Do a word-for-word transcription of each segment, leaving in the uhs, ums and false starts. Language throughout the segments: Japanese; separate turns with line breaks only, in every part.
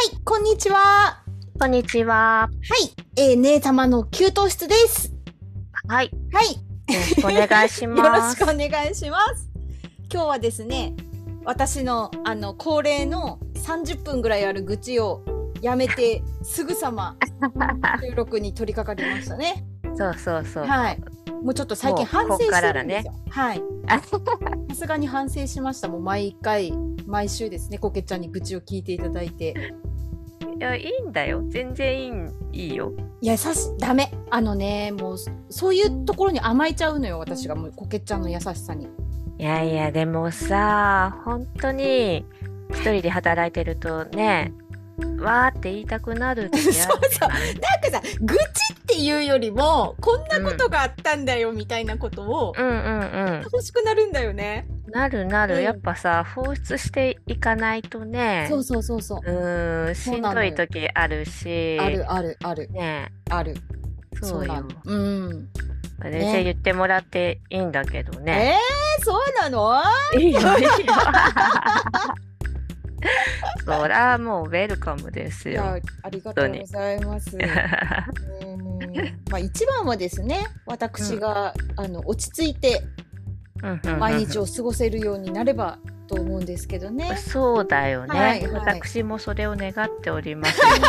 い、こんにちは。は
こんにちは。
い、えー、姉様の給湯室です。
はい。
はい、
よろしくお願いし
よろ
ます。
しくお願いします。今日はですね、私のあの恒例のさんじゅっぷんぐらいある愚痴をやめてすぐさま収録に取り掛かりましたね。
そうそうそう。
はい。もうちょっと最近
もうこっ
反省し
からだね。
てるんですよ。はい。
あ
さすがに反省しました。もう毎回、毎週ですね、コケちゃんに愚痴を聞いていただいて。
いや、いいんだよ。全然いい、いいよ。
いや、さし、ダメ。あのね、もう、そういうところに甘えちゃうのよ、私が。もう、コケちゃんの優しさに。
いやいや、でもさ、本当に一人で働いてるとね、わーって言いたくなる
そう
時あるじ
そう。
ゃない。
なんかさ、愚痴っていうよりも、こんな
うん。
ことがあったんだよ、みたいなことを、
うんうん
欲しくなるんだよね。
うん。なるなる。やっ
うん。
ぱさ、放出していかないとね、
そうそうそうそ
う
う。
ーん、しんどい
そうなのよ。
時あるし、
あるあるある。
ね、
ある。そうなの。
そうよ。
うん。
全然
ね。
言ってもらっていいんだけどね。
えー、そうなの？
いいよ、いいよ。そらもうウェルカムですよ。
いや、ありが
本当に。
とうございます。うん。まあ、一番はですね、
うん。
私が、あの、落ち着いて、
うんうん
毎
うんう
日を過ごせるようになればと思うんですけど
ん。
ね。
そうだよ
は
ね。
いはい。
私もそれを願っておりますよ。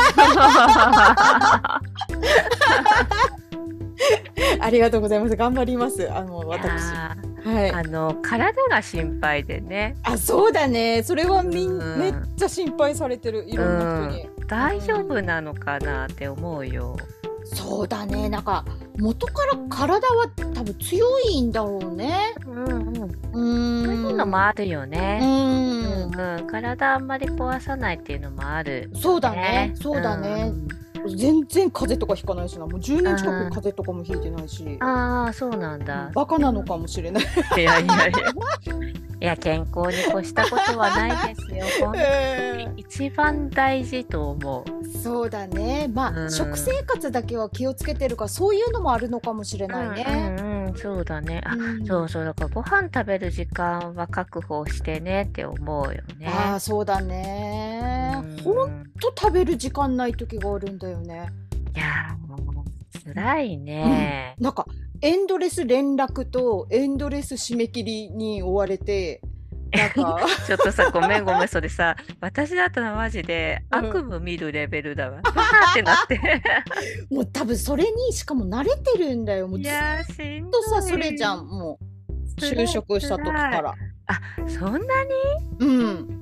ありがとうございます。頑張ります。あの、
い
私。
やー、
はい。
あの、体が心配でね。
あ、そうだね。それは
う
みん、めっ
ん。
ちゃ心配されてる。い
う
ろんな人に。
ん。
う
大丈夫
ん。
なのかなって思うよ。
そうだね。なんか、元から体は多分強いんだろうね。
うんうん。
う
そういうの
ーん。
もあるよ
う
ね。う
ーん。
んうん。体あんまり壊さないっていうのもあるよ
そうだね。
ね。
そうだ
うんう
ね。
ん。
全然風邪とかひかないしな。もうじゅうねん近く
あ
風邪とかもひいてないし。
あー、そうなんだ。
バカなのかもしれない。
いやいやいや。いや、健康に越したことはないですよ。本当に一番大事と思
そうだね。ま
う。う
あ、食
ん。
生活だけは気をつけてるから、そういうのもあるのかもしれ
うん
ないね。
うんうん、そうだね。
う
あ、そう
ん。
そう、だからご飯食べる時間は確保してねって思うよ
ああ、
ね。
そうだ
う
ね。ほん
ん。
と食べる時間ない時があるんだよね。
いやー、もう、辛い
うん。
ね。
なんか、エンドレス連絡とエンドレス締め切りに追われて、なんか、
ちょっとさ、ごめんごめん、それさ、私だったらマジで
うん。
悪夢見るレベルだわ。わーってなって。
もう多分それにしかも慣れてるんだよ。もうずっ
いやー、しんど
とさ、それじゃ
い。
ん。もう、就
辛い
職した時
辛い。
から。
あ、そんなに。
うん。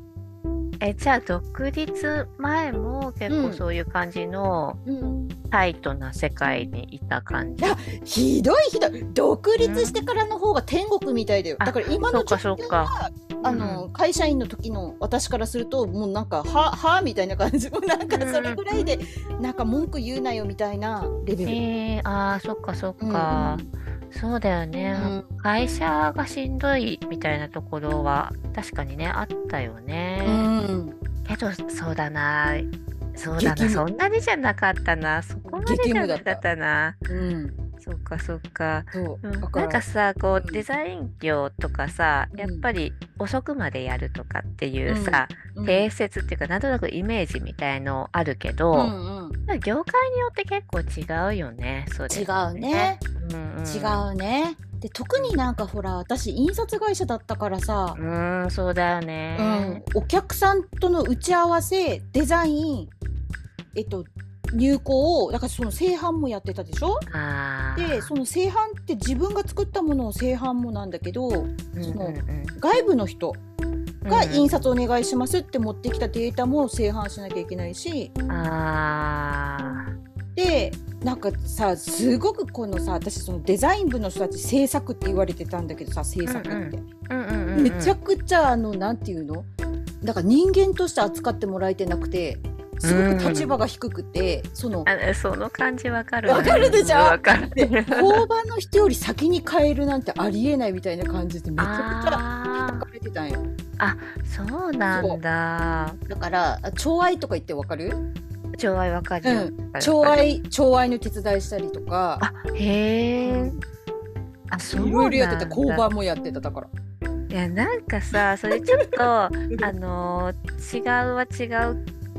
え、じゃあ独立前も結構
うん。
そういう感じの
うん。
タイトな世界にいた感
いや、
じ？
ひどいひどい。独
うん。
立してからの方が天国みたいだよ。だ
あ、
から今
そうか
の状況
そうか。
は、あの、
うん。
会社員の時の私からすると、もうなんか、は、はみたいな感じ。もうなん
う
かそれ
ん。
ぐらいで、なんか文句言うなよみたいなレベル。
えー、あー、そっかそっ
うんう
か。
ん。
そうだよね。
うん。
会社がしんどいみたいなところは確かにね、あったよ
う
ね。
ん。
けど、そうだな。そうだな。
激務。
そんなにじゃなかったな。そこまで
激
じゃなかっ
務だった。
たな。
うん。
そっかそっか。
そう。
うん、なん
だから、
かさ、こうデ
うん。
ザイン業とかさ、
うん。
やっぱり遅くまでやるとかってい
うん。
うさ、
うん。
定説っていうか、なんとなくイメージみたいのあるけ
う
ど、
んうん。
業界によって結構違うよね、それ
違う
ってね。
ね。
うん
違
うん。
うね。で、特になんかほら、私、印刷会社だったからさ、
うん、うーん、そうだよ
うん、
ね。
お客さんとの打ち合わせ、デザイン、えっと、入稿を、だからその製版もやってたでしょ。で、そ
ああ、
の製版って自分が作ったものを製版もなんだけど、
うんうん
その
うん。
外部の人
うん
が印刷お
うん
願いしますって持ってきたデータも製版しなきゃいけないし、
うん。ああ、
で、なんかさ、すごくこのさ、私そのデザイン部の人たち制作って言われてたんだけどさ、制
うん
作って。
うん。うんうんうん
めちゃ
うん。
くちゃあの、なんていうの、なんか人間として扱ってもらえてなくて、
う
すごく立場
ん。
が低くて、その、
あ、その感じわかる
わ
な。
かるでしょ。
うん、わかる。
で、工場の人より先に変えるなんてありえないみたいな感じでめちゃくちゃ叩
あ
かれてたんよ。
あ、あ、そうなん
そ
だ。
う。だから、あ寵愛とか言ってわかる？
ちょいわかるよ。わ
うん。
かるわかる。
寵愛、寵愛の手伝いしたりとか、
あ、へえ。
うん。
あ、そ
いろい
う
ろやってた。
なんだ。
工場もやってた。だから。
いや、なんかさ、それちょっと、あのー違うは違う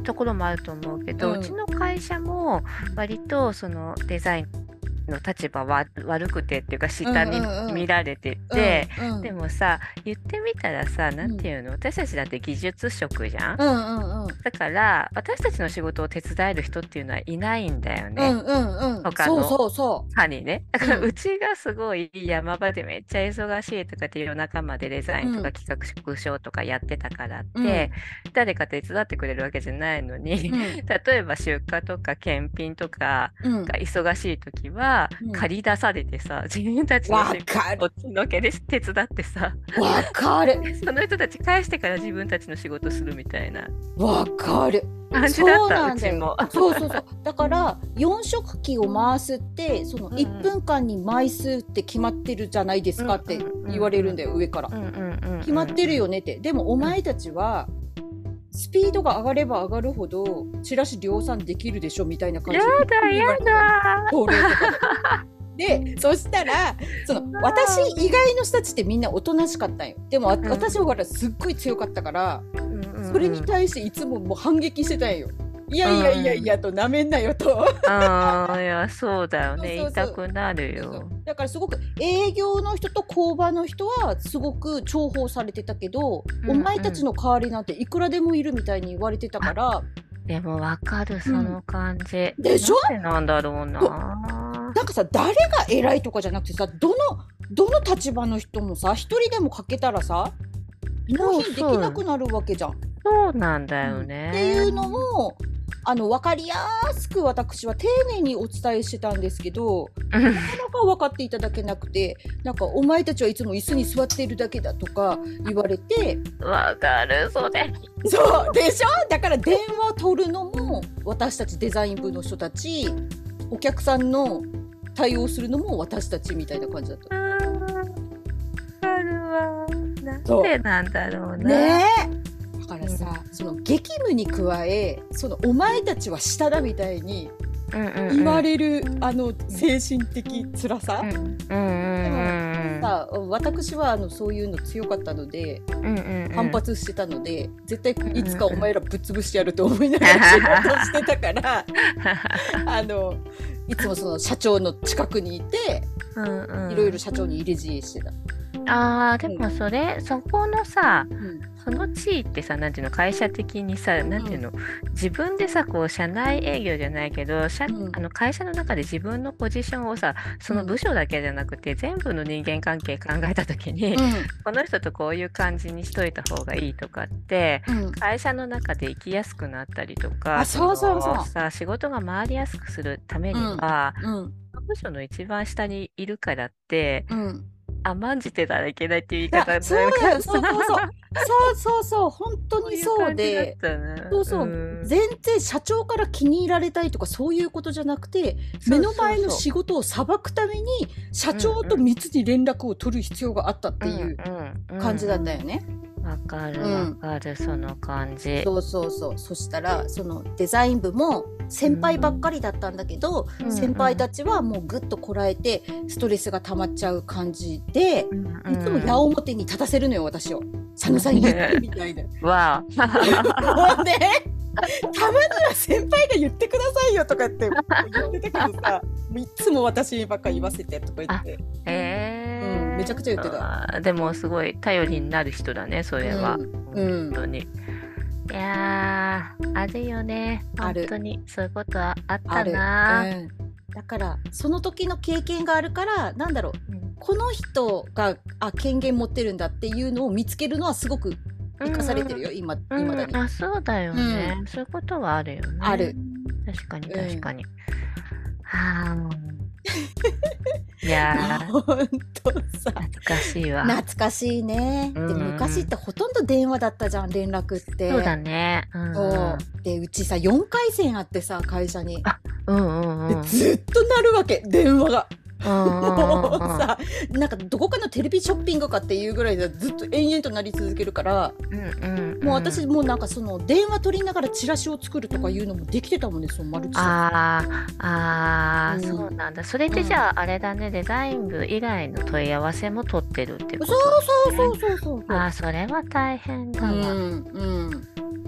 ところもあると思うけど、
うん
うちの会社も割とそのデザインの立場は悪くてっていうか下に
うんうんうん
見られてて、
うんうん
でもさ言ってみたらさなんていうの、私たちだって技術職じゃん、
うんうんうん
だから私たちの仕事を手伝える人っていうのはいないんだよね、
うんうんうん
他の
そうそうそ
歯にね。だから
うん
うちがすごい山場でめっちゃ忙しいとかって夜中までデザインとか
うん
企画縮小とかやってたからっ
うん
て、誰か手伝ってくれるわけじゃないのに、
うん
例えば出荷とか検品とか
うん
が忙しい時は
うん
借り出されてさ、自分たちの
わ
仕事
かる
こっちのけで手伝ってさ、
わかる
その人たち返してから自分たちの仕事するみたいな
わかる
感じだった、
そうなだよ
うんちも。
そうそうそうだからよん色機を回すってその
うんうん
いっぷんかんに枚数って決まってるじゃないですかって言われるんだよ上から
うんうんうんうん
決まってるよねってでもお前たちはスピードが上がれば上がるほどチラシ量産できるでしょみたいな感じ
や
で
だやだ
高齢とかででそしたらその私以外の人たちってみんなおとなしかったんよでもわ
うん
私はほらすっごい強かったから
うんうんうん
それに対していつももう反撃してたんよいやいやいやいやとなめんなよと
ああ、いや、そうだよね。
そう
言い
そうそう
たくなる
そう
よ。
だからすごく営業の人と工場の人はすごく重宝されてたけど、
うんうん
お前たちの代わりなんていくらでもいるみたいに言われてたから
でもわかる、その感じ。
でしょ
なんでなんだろうな。
なんかさ誰が偉いとかじゃなくてさどのどの立場の人もさ一人でも欠けたらさ納品できなくなるわけじゃん。
そうなんだよね。
っていうのもあの分かりやすく私は丁寧にお伝えしてたんですけど
うん
なかなか分かっていただけなくてなんかお前たちはいつも椅子に座っているだけだとか言われて
わかる、それ。
そうでしょだから電話取るのも私たちデザイン部の人たちお客さんの対応するのも私たちみたいな感じだった。
あーわかるわ。なん
そう
でなんだろうな。
ねえだからさ、その激務に加えそのお前たちは下だみたいに
うんうんうん
言われる、あの精神的辛さ、
うんうんうん
さ私はあのそういうの強かったので
うんうんうん
反発してたので、絶対いつかお前らぶっ潰してやると思いながら仕事してたからあのいつもその社長の近くにいて
うんうん
いろいろ社長に入れ知恵してた。
あーでもそれ、そこのさ
うん
その地位ってさ、なんていうの、会社的にさ、なんていうの、自分でさ、こう、社内営業じゃないけど、社
うん
あの会社の中で自分のポジションをさ、その部署だけじゃなくて、全部の人間関係考えたときに、この人とこういう感じにしといた方がいいとかって、
うんうん
会社の中で生きやすくなったりとか、
あそうそうそう
のさ、仕事が回りやすくするためには、
うん
その部署の一番下にいるからって、
うん
甘んじてたらいけないっていう
い
言い方
やそうだよそうそうそうそうそうそう本当にそうでそうそう、
ん
全然社長から気に入られたいとかそういうことじゃなくて目の前の仕事をさばくために社長と密に連絡を取る必要があったっていう感じだったよね。
わかる
うん
わかる、その感じ。
そうそうそうそしたらそのデザイン部も先輩ばっかりだったんだけど、
うん
先輩たちはもうぐっとこらえてストレスが溜まっちゃう感じで、いつも矢面に立たせるのよ私を。佐野さん言ってみたいな。
わあ
もうねたまには先輩が言ってくださいよとかって言ってたけどさいつも私にばっかり言わせてとか言って、
えー
うんめちゃくちゃ言ってた。
あーでもすごい頼りになる人だね、それは。
うん
本当に。いやー、あるよね。
ある
本当にそういうことはあった
ある、
な。
うん、だからその時の経験があるからなんだろう
うん
この人があ権限持ってるんだっていうのを見つけるのはすごく生かされてるよ、今
うん
今だに。
あ、そうだよね、そういうことはあるよね。
ある。
確かに
うん
確かに。はあ。いやー、
ほんとさ
懐かしいわ。
懐かしいね。
うん
で昔ってほとんど電話だったじゃん連絡って。
そうだね。うん
そうでうちさよんかい線あってさ会社に、
あうんうんうん。
でずっと鳴るわけ電話が。
うんうんうんうん
もうさなんかどこかのテレビショッピングかっていうぐらいでずっと延々となり続けるから、
うんうんうん、
もう私もうなんかその電話取りながらチラシを作るとかいうのもできてたもんねそのマルチ
あーあー、
うん
そうなんだ。それでじゃああれだね、デザイン部以外の問い合わせも取ってるってこ
そう
と、
そうそうそうそうそう
ああ、それは大変だ
うん
わ。
うん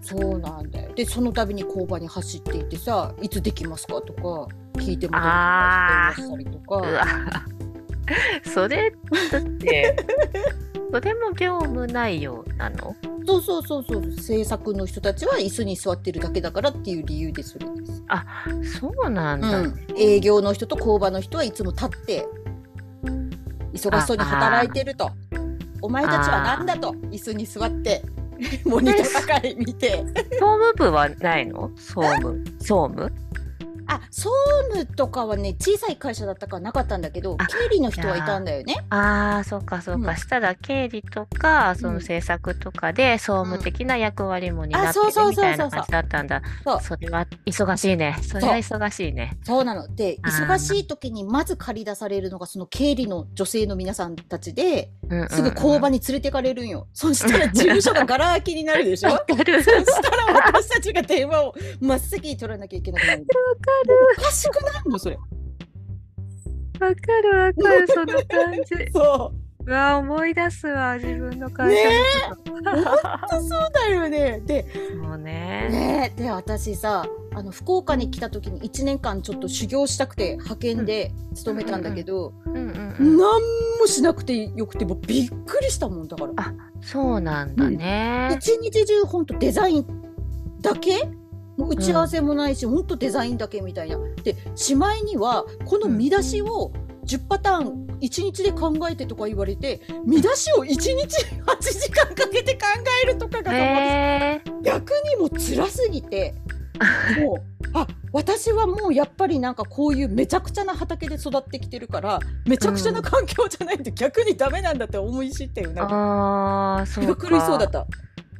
そうなんだよ。でその度に工場に走っていってさ、いつできますかとか聞いても電
あ
話したりと
う
か。
わ、それだってそれも業務内容なの？
そうそうそうそう、制作の人たちは椅子に座ってるだけだからっていう理由でそれです。
あ、そうなんだ。
うん、営業の人と工場の人はいつも立って忙しそうに働いてると。お前たちはなんだと、椅子に座ってモニターばかり見て。
総務部はないの？総務総務
あ、総務とかはね、小さい会社だったからなかったんだけど、
あ
経理の人はいたんだよね。
ああ、そうかそうか。
うん
したら経理とか、その制作とかで総務的な役割も担ってる
あそうそう
み
そうそうそう
たいな感じだったんだ。
そう
それは忙しいね。それは忙しいね。
そうなので、
あー
忙しい時にまず借り出されるのがその経理の女性の皆さんたちで、
うんうんうん
すぐ工場に連れてかれるんよ。そしたら事務所がガラ空きになるでしょ。
わかる。
そしたら私たちが電話を真っ先に取らなきゃいけなくなる。おかしくないのそれ。
わかるわかる、その感じ。
そう
わあ、思い出すわ、自分の会社のこと。
う。本当そうだよね。で、
そうね。
ねで私さ、あの福岡に来た時にいちねんかんちょっと修行したくて派遣で勤めたんだけど、
うんうんうん。
何もしなくてよくてもうびっくりしたもんだから。
あ、そうなんだね。
一日中ほんとデザインだけ、もう打ち合わせもないし、ほんとデザインだけみたいな。でしまいにはこの見出しをじゅっパターンいちにちで考えてとか言われて、見出しをいちにちはちじかんかけて考えるとかが、
へえ。
逆にもう辛すぎて、もうあ私はもうやっぱりなんかこういうめちゃくちゃな畑で育ってきてるからめちゃくちゃな環境じゃないと逆にダメなんだって思い知ってよ。なんか
ああ、そうか。
苦しそうだった。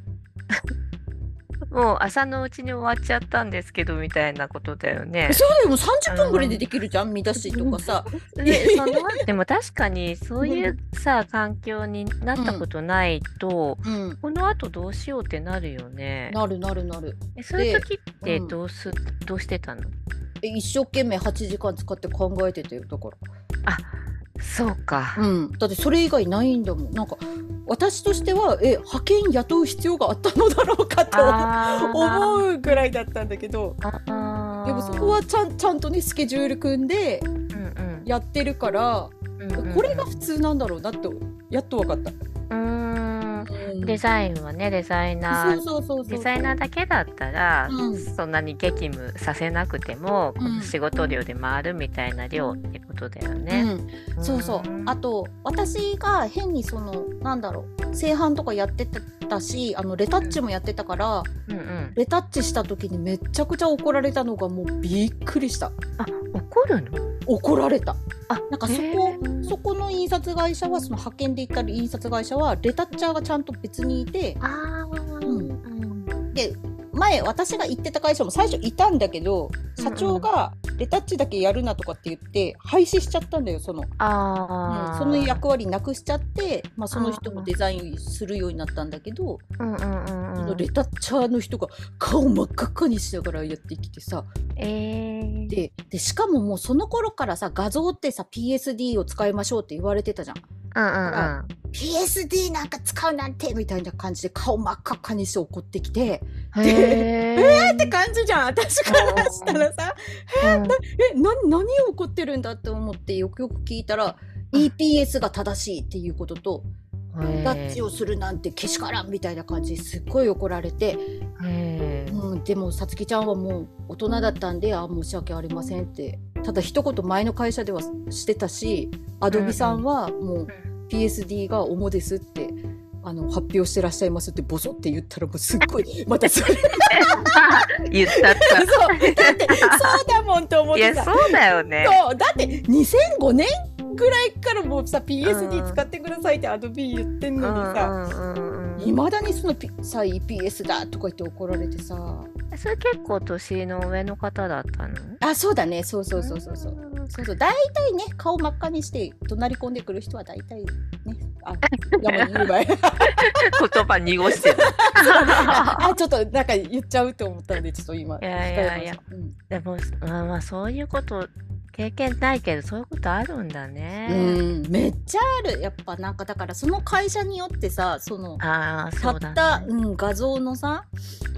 もう朝のうちに終わっちゃったんですけどみたいなことだよね。
そうだよ、もうさんじゅっぷんぐらいでできるじゃん、見出しとかさ。
で、そのでも確かにそういうさ環境になったことないと、
うん、
この後どうしようってなるよね。
なるなるなる。
え、そういう時って
うん
どうす、どうしてたの？
え一生懸命はちじかん使って考えてたよ、だから。
あ、そうか。
うん、だってそれ以外ないんだもん。なんか私としてはえ派遣雇う必要があったのだろうかと
あー
思うぐらいだったんだけど、
あー
でもそこはちゃんちゃんとねスケジュール組んで
うんうん
やってるから、
うんうんうん
これが普通なんだろうなってやっと分かった。
うーん
うん
デザインはね、デザイナー
そうそうそうそう
デザイナーだけだったら、
うん
そんなに激務させなくても、
うん
この仕事量で回るみたいな量ってことだよね。
うん、そうそう。あと私が変にそのなんだろう製版とかやってたし、あのレタッチもやってたから、
うんうん。
レタッチした時にめちゃくちゃ怒られたのがもうびっくりした。
あ、怒るの？
怒られた。
あ、
なんかそこ、
へー
そこの印刷会社はその派遣で行ったり印刷会社はレタッチャーがちゃんと別にいて、
あー
うん
うん
で前私が行ってた会社も最初いたんだけど、社長がレタッチだけやるなとかって言って廃止しちゃったんだよ、その、
あー
うん、その役割なくしちゃって、まあ、その人もデザインするようになったんだけど、
うんうんうん
そ
うん
のレタッチャーの人が顔真っ赤っかにしながらやってきてさ、
えー
ででしかももうその頃からさ画像ってさ ピーエスディー を使いましょうって言われてたじゃん。
うんうんうん
ピーエスディー なんか使うなんてみたいな感じで顔真っ赤っかにして怒ってきて、
へ
え
ー
って感じじゃん私からしたらさ、
うん
えな何を怒ってるんだって思ってよくよく聞いたら イーピーエス が正しいっていうことと、タッチをするなんてけしからんみたいな感じですっごい怒られて、
へー
うん、でもさつきちゃんはもう大人だったんで、あ申し訳ありませんってただ一言前の会社ではしてたし、アドビさんはもう ピーエスディー が主ですってあの発表してらっしゃいますってボソって言ったらもうすっごいまたそれ
言ったった
そうだってそうだもんと思っ
いや
てさ、
そうだよね。
そうだってにせんごねんぐらいからもうさ ピーエスディー 使ってくださいってアドビ言ってんのにさ、
うんうんうんうん
いまだにそのピさ イーピーエス だとか言って怒られてさ、
それ結構年の上の方だったの？
あそうだね、そうそうそうそうそうそうそう、大体ね顔真っ赤にして怒鳴り込んでくる人は大体ね、あやばい言うばい
言葉濁してる。
あちょっとなんか言っちゃうと思ったんでちょっと今
いやいやいや
控えました。うん
でもまあまあそういうこと経験ないけどそういうことあるんだね。
うん、めっちゃある。やっぱなんかだからその会社によってさ、その
ああ
たっ
そうだね。
た、うん、画像のさ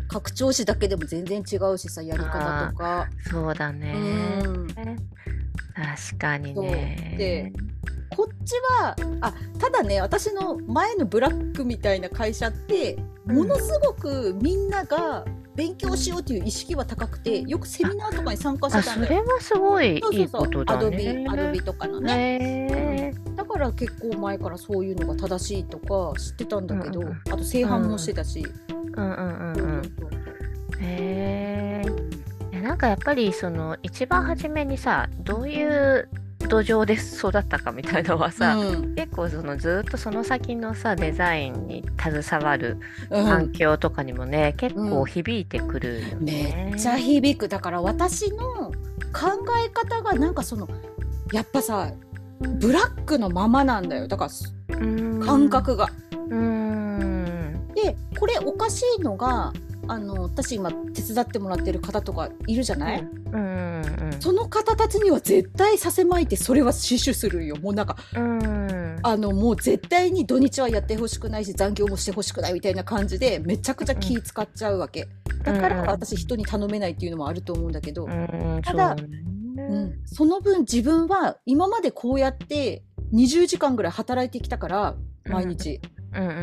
拡張子だけでも全然違うしさ、やり方とか。
そうだね、うん、確かにね。
でこっちはあただね、私の前のブラックみたいな会社ってものすごくみんなが勉強しようという意識は高くて、よくセミナーとかに参加してたんだよ。
それはすごいいいことだね。
アドビ、アドビとかのね、うん、だから結構前からそういうのが正しいとか知ってたんだけど、うんうん、あと製版もしてたし、
うんうんうんうん、へえ。なんかやっぱりその一番初めにさ、どういう土壌で育ったかみたいなのはさ、うん、結構そのずっとその先のさデザインに携わる環境とかにもね、うん、結構響いてくるよね、
めっちゃ響く。だから私の考え方がなんかそのやっぱさブラックのままなんだよ。だから感覚がうーんで、これおかしいのが、あの私今手伝ってもらってる方とかいるじゃない、うんうんうん、その方たちには絶対させまいてそれは死守するよ。もうなんか、うん、あのもう絶対に土日はやってほしくないし残業もしてほしくないみたいな感じでめちゃくちゃ気使っちゃうわけ、だから私人に頼めないっていうのもあると思うんだけど、うん、ただ そ,、うん、その分自分は今までこうやってにじゅうじかんぐらい働いてきたから毎日、うんうんうんうん、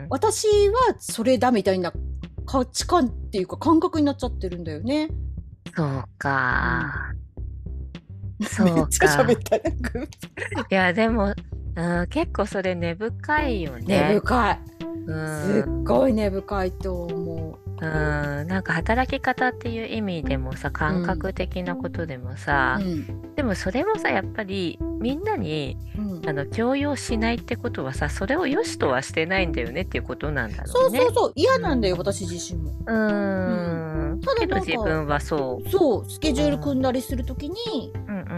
私はそれだみたいな価値観っていうか感覚になっちゃってるんだよね。
そうか、うん、そうか。
めっちゃ喋ったね。
いやでも、うん、結構それ根深いよね。
根深い、うん、すっごい根深いと思う。
うん、なんか働き方っていう意味でもさ、感覚的なことでもさ、うん、でもそれもさやっぱりみんなに、うん、あの強要しないってことはさ、それを良しとはしてないんだよねっていうことなんだろうね。
そうそうそう、嫌なんだよ、うん、私自身も。う
ーん、ただけど自分はそう
そうスケジュール組んだりするときに、うんうん、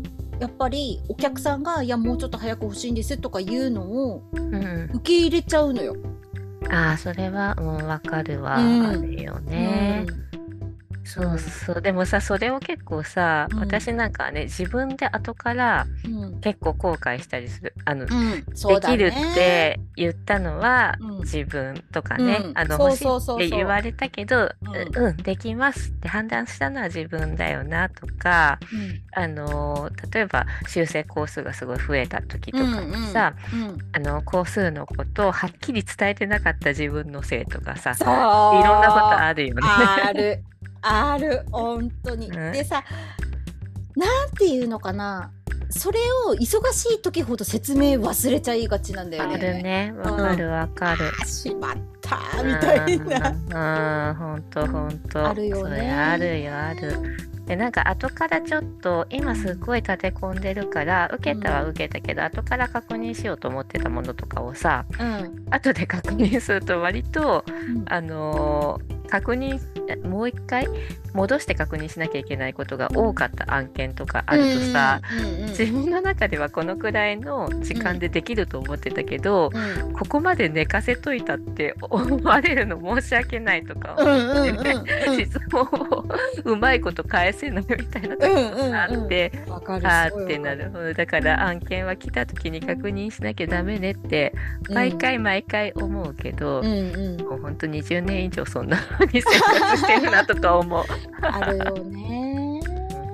やっぱりお客さんがいやもうちょっと早く欲しいんですとか言うのを受け入れちゃうのよ。
ああ、それはもうわかるわ、うん、あるよね、うん、そうそう。でもさ、それを結構さ、うん、私なんかね自分で後から結構後悔したりする、あの、うん、できるって言ったのは自分とかね、うん、あの欲しいって言われたけど、うん、うん、できますって判断したのは自分だよなとか、うん、あの例えば修正工数がすごい増えた時とかにさ、うんうんうん、あの工数のことをはっきり伝えてなかった自分のせいとかさ、いろんなことあるよね。
あるある、本当に、うん、でさ、なんていうのかな、それを忙しい時ほど説明忘れちゃいがちなんだよね。
あるね、わかるわかる、
うん、しまったみたいな、
うん、ほんとほんと
あるよね。
それあるよ、ある。でなんか後からちょっと今すごい立て込んでるから受けたは受けたけど、うん、後から確認しようと思ってたものとかをさ、うん、後で確認すると割と、うん、あのー、確認もう一回戻して確認しなきゃいけないことが多かった案件とかあるとさ、うんうんうんうん、自分の中ではこのくらいの時間でできると思ってたけど、うん、ここまで寝かせといたって思われるの申し訳ないとか思ってね、うんうんうん、質問をうまいこと返せないみたいな時があって、うんうんうん、あーってなるほど。だから案件は来た時に確認しなきゃダメねって毎回毎回思うけど、うんうん、もうほんとにじゅうねん以上そんな風に生活してるなとか思う。
あるよね。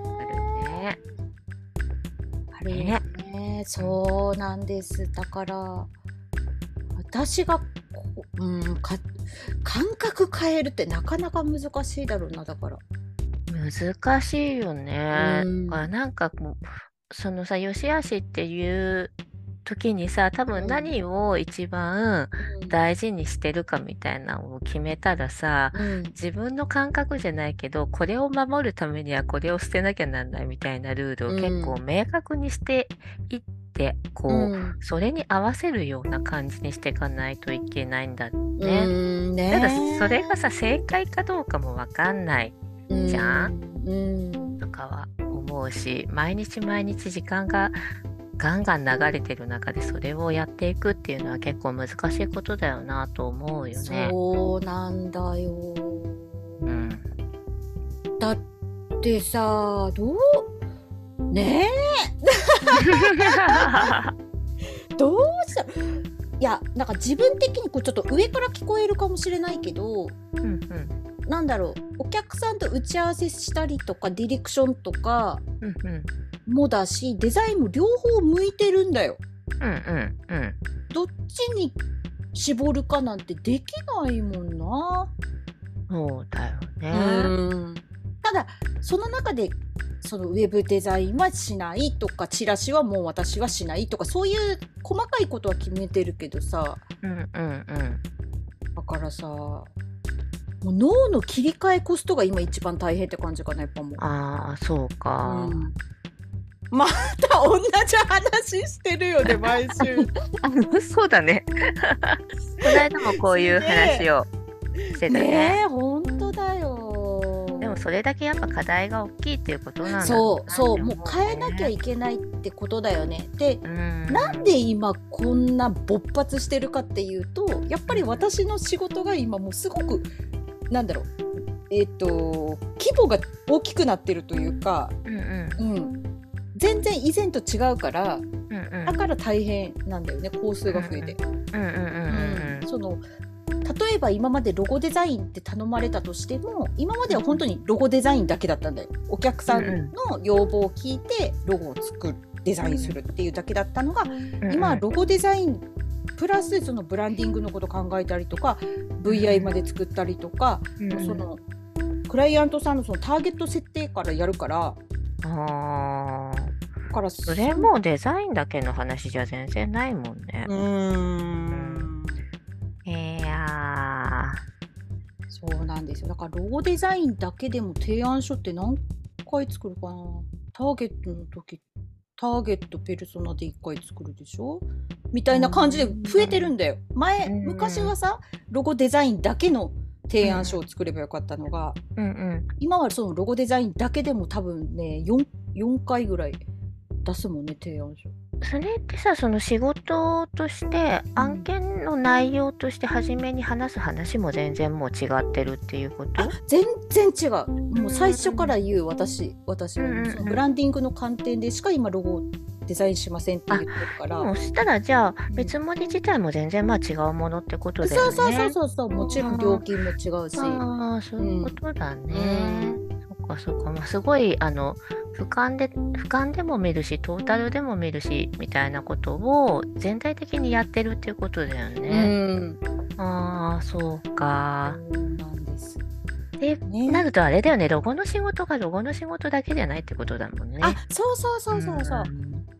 あるよね。ね、そうなんです。だから私が、うん、か感覚変えるってなかなか難しいだろうな。だから
難しいよね。うん、なんかもうそのさ、良し悪しっていう時にさ、多分何を一番大事にしてるかみたいなのを決めたらさ、うん、自分の感覚じゃないけどこれを守るためにはこれを捨てなきゃなんないみたいなルールを結構明確にしていって、こう、うん、それに合わせるような感じにしていかないといけないんだね。うんね。ただそれがさ正解かどうかも分かんないじゃん、うん、とかは思うし、毎日毎日時間がガンガン流れてる中でそれをやっていくっていうのは結構難しいことだよなと思うよね。
そうなんだよ、うん、だってさ、どうねえどうしたら、いやなんか自分的にこうちょっと上から聞こえるかもしれないけど、うんうん、 なんだろう、お客さんと打ち合わせしたりとかディレクションとかもだし、うんうん、デザインも両方向いてるんだよ。
うんうんうん。
どっちに絞るかなんてできないもんな。
そうだよね。
うん。ただその中でそのウェブデザインはしないとか、チラシはもう私はしないとか、そういう細かいことは決めてるけどさ、
うんうんうん、
だからさ、もう脳の切り替えコストが今一番大変って感じかな、やっぱもう。
ああ、そうか、うん、
また同じ話してるよね毎週
あのそうだねこの間もこういう話をしてたね。
ねえ、本当だよ。
でもそれだけやっぱ課題が大きいっていうことなんだろうな。
そうそう、もう変えなきゃいけないってことだよね。で、んなんで今こんな勃発してるかっていうと、やっぱり私の仕事が今もうすごくなんだろう、えっと規模が大きくなってるというか、うんうんうん、全然以前と違うから、うんうん、だから大変なんだよね、工数が増えて。その例えば今までロゴデザインって頼まれたとしても、今までは本当にロゴデザインだけだったんだよ。お客さんの要望を聞いてロゴを作る、デザインするっていうだけだったのが、今はロゴデザインプラスそのブランディングのこと考えたりとか、 ブイアイ まで作ったりとか、そのクライアントさんのそのターゲット設定からやるから。
あだからそれもデザインだけの話じゃ全然ないもんね。うーん、いや
そうなんですよ。だからロゴデザインだけでも提案書って何回作るかな。ターゲットの時ターゲットペルソナでいっかい作るでしょみたいな感じで増えてるんだよ。前昔はさ、ロゴデザインだけの提案書を作ればよかったのが、うんうん、今はそのロゴデザインだけでも多分ね 4, 4回ぐらい出すもんね、提案書。
それってさ、その仕事として案件の内容として初めに話す話も全然もう違ってるっていうこと？
あ、全然違う。もう最初から言う、私私はそのブランディングの観点でしか今ロゴをデザインしませんって言ってるから。
もうしたらじゃあ別文字自体も全然まあ違うものってことだよね。
そうそうそうそう、もちろん料金も違うし。
ああ、そういうことだね。うん、そっかそっか、まあ、すごいあの俯瞰で俯瞰でも見るしトータルでも見るしみたいなことを全体的にやってるっていうことだよね。うん、ああ、そうか。
そうなんです。
で、ね、なるとあれだよね、ロゴの仕事がロゴの仕事だけじゃないってことだもんね。
あ、そうそうそうそうそう、うん、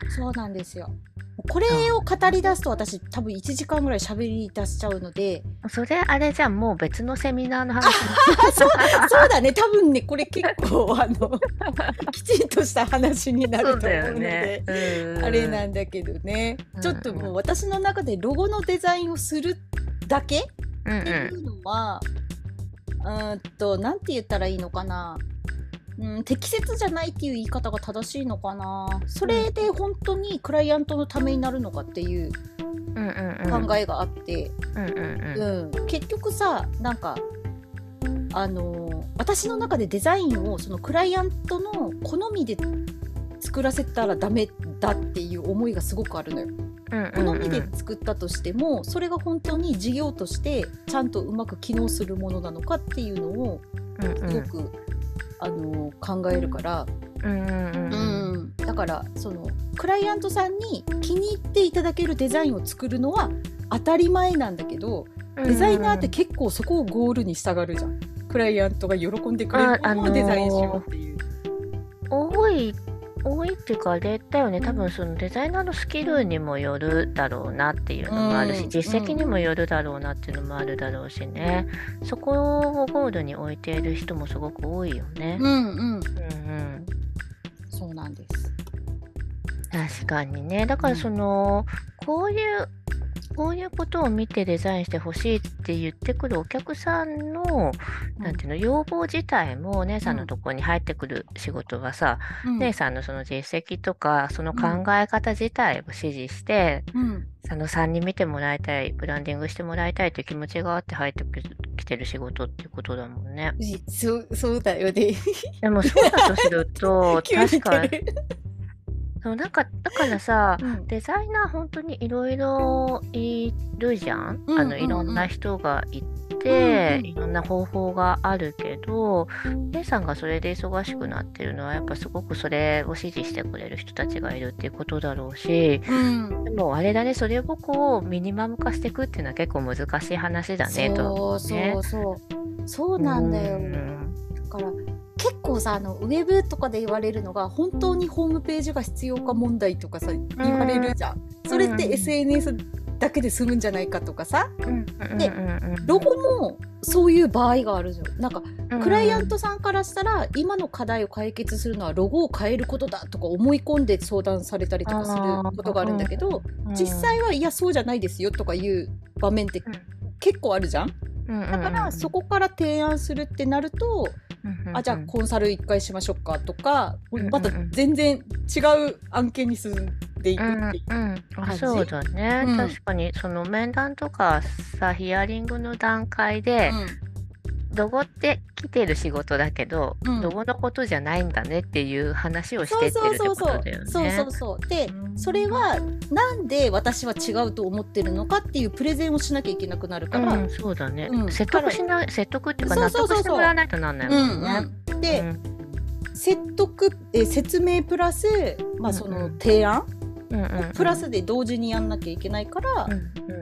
そうなんですよ。これを語り出すと私多分いちじかんぐらい喋り出しちゃうので。
それあれじゃん、もう別のセミナーの話
そうそうだね、多分ねこれ結構あのきちんとした話になると思うので、ね、あれなんだけどね、ちょっともう私の中でロゴのデザインをするだけっていうのは、うんうん、うんとなんて言ったらいいのかな、うん、適切じゃないっていう言い方が正しいのかな。それで本当にクライアントのためになるのかっていう考えがあって、結局さ、なんかあのー、私の中でデザインをそのクライアントの好みで作らせたらダメだっていう思いがすごくあるのよ。好みで作ったとしてもそれが本当に事業としてちゃんとうまく機能するものなのかっていうのをすごく、うんうん、あの考えるから、うんうんうん、だからそのクライアントさんに気に入っていただけるデザインを作るのは当たり前なんだけど、デザイナーって結構そこをゴールにしたがるじゃん。クライアントが喜んでくれるものをデザインしようっていう、
あのー、多い多いっていうかあれだよね、多分そのデザイナーのスキルにもよるだろうなっていうのもあるし、うん、実績にもよるだろうなっていうのもあるだろうしね、うん、そこをゴールに置いている人もすごく多いよね。うんうん、うんうん、
そうなんです。
確かにね。だからその、うん、こういうこういうことを見てデザインしてほしいって言ってくるお客さんの、うん、なんていうの、要望自体もお姉さんのところに入ってくる仕事はさ、うん、姉さんのその実績とかその考え方自体を指示して、うん、そのさんにん見てもらいたい、ブランディングしてもらいたいという気持ちがあって入ってきてる仕事っていうことだもんね。
そ、そうだよね。
でもそうだとすると確かにそうなんかだからさ、
うん、
デザイナー本当にいろいろいるじゃん。
うん
あのいろんな
うんうん
人がいて、
うんうん
いろんな方法があるけど、姉さんがそれで忙しくなってるのはやっぱすごくそれを支持してくれる人たちがいるっていうことだろうし、
うん
でもあれだね、それをこうミニマム化していくっていうのは結構難しい話だねとは思
そう
うね。
そうそうそう
う
なんだよ。
ん。
だから結構さ、あのウェブとかで言われるのが本当にホームページが必要か問題とかさ言われるじゃん。それって エスエヌエス だけで済むんじゃないかとかさ。でロゴもそういう場合があるじゃん。なんかクライアントさんからしたら今の課題を解決するのはロゴを変えることだとか思い込んで相談されたりとかすることがあるんだけど、実際はいやそうじゃないですよとかいう場面って結構あるじゃん。だからそこから提案するってなると、あじゃあコンサル一回しましょうかとか、また全然違う案件に進んでいくっていう感じ。
そうだね、
うん、
確かにその面談とかさヒアリングの段階で、うん、ロゴって来てる仕事だけど、うん、ロゴのことじゃないんだねっていう話をしてってるってことだよね。
そうそうそうで、うん、それはなんで私は違うと思ってるのかっていうプレゼンをしなきゃいけなくなるから、うん、
そうだね、うん、説得しない説得っていうか納得してもらわないとなんないもんね。
うんうん、で、うん、説得え説明プラス、まあ、その提案、うんうんうん、プラスで同時にやんなきゃいけないから、うんうん、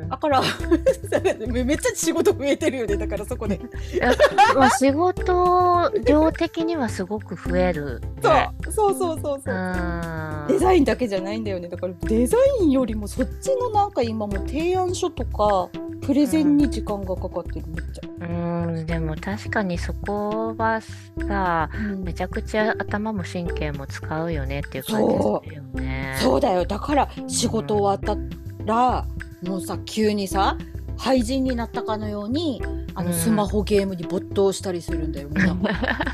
だからめっちゃ仕事増えてるよね。だからそこで
仕事量的にはすごく増える、
ね、そうそうそうそうそうデザインだけじゃないんだよね。だからデザインよりもそっちのなんか今も提案書とかプレゼンに時間がかかってる、めっちゃ。
うんでも確かにそこはさ、うん、めちゃくちゃ頭も神経も使うよねっていう感じするよね。
そうだよ。だから仕事終わったら、うん、もうさ急にさ廃人になったかのようにあのスマホゲームに没頭したりするんだよ、みんな。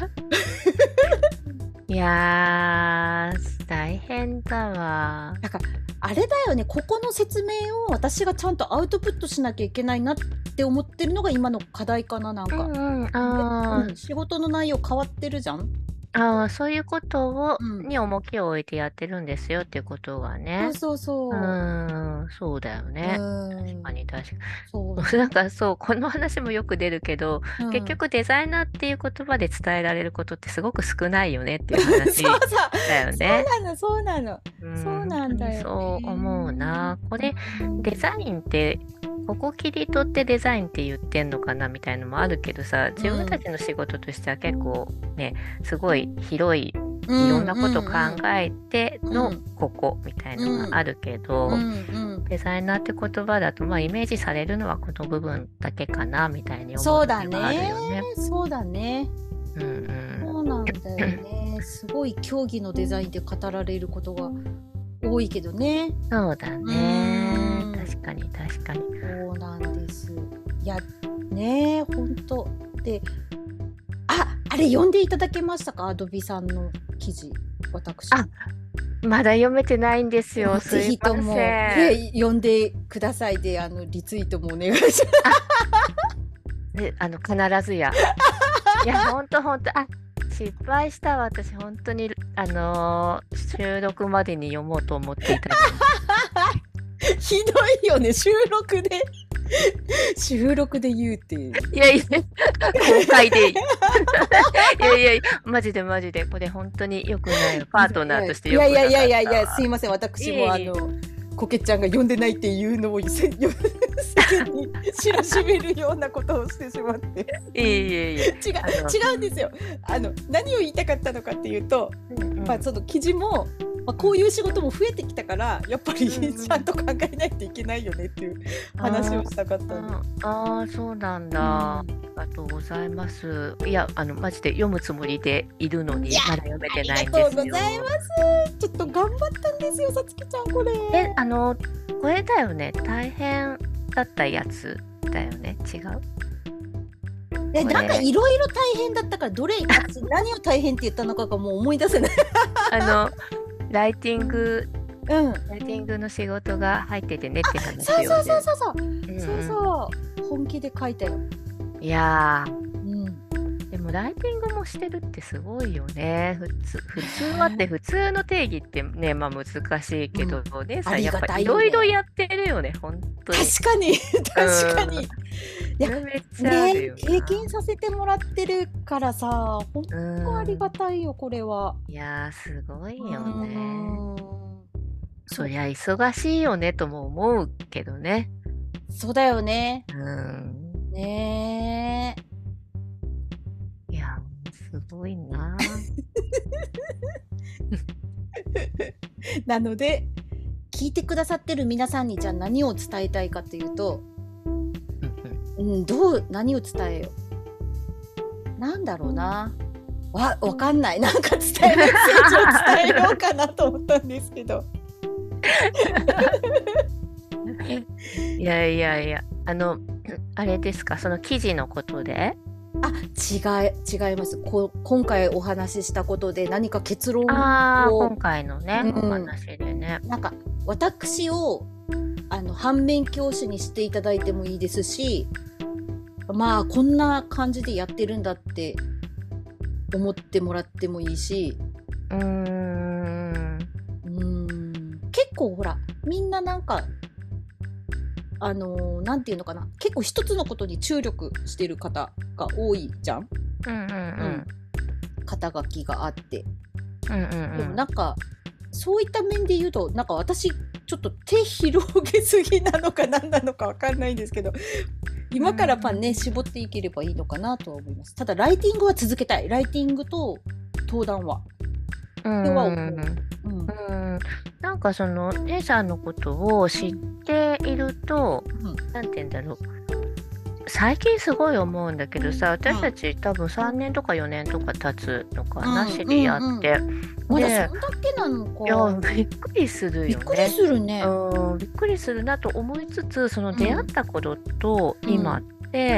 いやー大変だわ。
なんかあれだよね、ここの説明を私がちゃんとアウトプットしなきゃいけないなって思ってるのが今の課題かな。なんか、うんうんあうん、仕事の内容変わってるじゃん。
あそういうことを、うん、に重きを置いてやってるんですよっていうことはね。
そうそうそう。
うんそうだよね。確かに確かに。そうなんかそうこの話もよく出るけど、うん、結局デザイナーっていう言葉で伝えられることってすごく少ないよねっていう話だよね。
そうなのそうなの、うん、そうなんだよ、ね。
そう思うな。これデザインってここ切り取ってデザインって言ってんのかなみたいのもあるけどさ、自分たちの仕事としては結構ねすごい広いいろんなこと考えてのここみたいなのがあるけど、うんうん、デザイナーって言葉だとまあイメージされるのはこの部分だけかなみたいに思う時はあるよね。
そうだね。うんうん、そうなんだよね。すごい競技のデザインで語られることが多いけどね。
そうだね。確かに確かに。
そうなんです。いやね本当で。あ、あれ読んでいただけましたか？アドビさんの記事、私。
あ、まだ読めてないんですよ。
ぜひとも、ね、読んでくださいで、あのリツイートもお願いします。
で、あの必ずや。いや本当本当あ、失敗した私本当にあのー、収録までに読もうと思っていた。
ひどいよね、収録で。収録で言うっていう。
いやいや、公開でいい。いやいやいや、マジでマジで、これ本当に良くないよ。パートナーとして良くなかった。
いやいやいやいやいや、すいません、私もあの、コケちゃんが読んでないっていうのを世間に知らしめるようなことをしてしまって。
いやいやいや。違う、
違うんですよ。あの、何を言いたかったのかっていうと、うんうん、まあその記事も、まあ、こういう仕事も増えてきたからやっぱりちゃんと考えないといけないよねっていう話をしたかったんで。
ああそうなんだ、うん、ありがとうございます。いやあのマジで読むつもりでいるのにまだ読めてないんですよ。ありがとうござい
ます。ちょっと頑張ったんですよさつきちゃんこれ。
えあのこれだよね、大変だったやつだよね。違う
えなんかいろいろ大変だったからどれ何を大変って言ったのかがもう思い出せない。
あのライティング、うん、ライティングの仕事が入っててねって話を、ね、
そうそうそうそう、うん、そうそう本気で書いたよ。
いやー、うん、でもライティングもしてるってすごいよね。普通、普通はって普通の定義ってね、まあ難しいけど、お姉さんやっぱいろいろやってるよね、本当に。
確かに、確かに。いや、
めっちゃあるよ
ね、経験させてもらってるからさ、本当ありがたいよ、これは。
いやー、すごいよね。そりゃ忙しいよねとも思うけどね。
そうだよね。
うん。
ね
え。いや、すごいな。
なので、聞いてくださってる皆さんにじゃあ何を伝えたいかというと、うん、どう、何を伝えよう。なんだろうな。わ、わかんない。なんか伝え、メッセージを伝えようかなと思ったんですけど。
いやいやいや、あの、あれですか、その記事のことで？
あ、違い、違います。こ今回お話ししたことで何か結論を。
ああ、今回のね、
うん、
お話でね。
なんか、私を、あの、反面教師にしていただいてもいいですし、まあ、こんな感じでやってるんだって思ってもらってもいいし、
うーん。
うーん。結構ほら、みんななんか、あのー、なんていうのかな、結構一つのことに注力してる方が多いじゃん。
うんうんうん。うん、
肩書きがあって。
うんうんうん、
でもなんか、そういった面で言うと、なんか私、ちょっと手広げすぎなのか何なのかわかんないんですけど、今からパンね、絞っていければいいのかなとは思います。ただ、ライティングは続けたい。ライティングと登壇は。
うん。
は思う。うん。
うん、なんかその、姉さんのことを知っていると、うん、なんて言うんだろう。最近すごい思うんだけどさ、私たち多分さんねんとかよねんとか経つのかな、知り合って。
まだそんだけなのか。
いや、びっくりするよね。
びっくりするね。
うん、びっくりするなと思いつつ、その出会った頃と今って、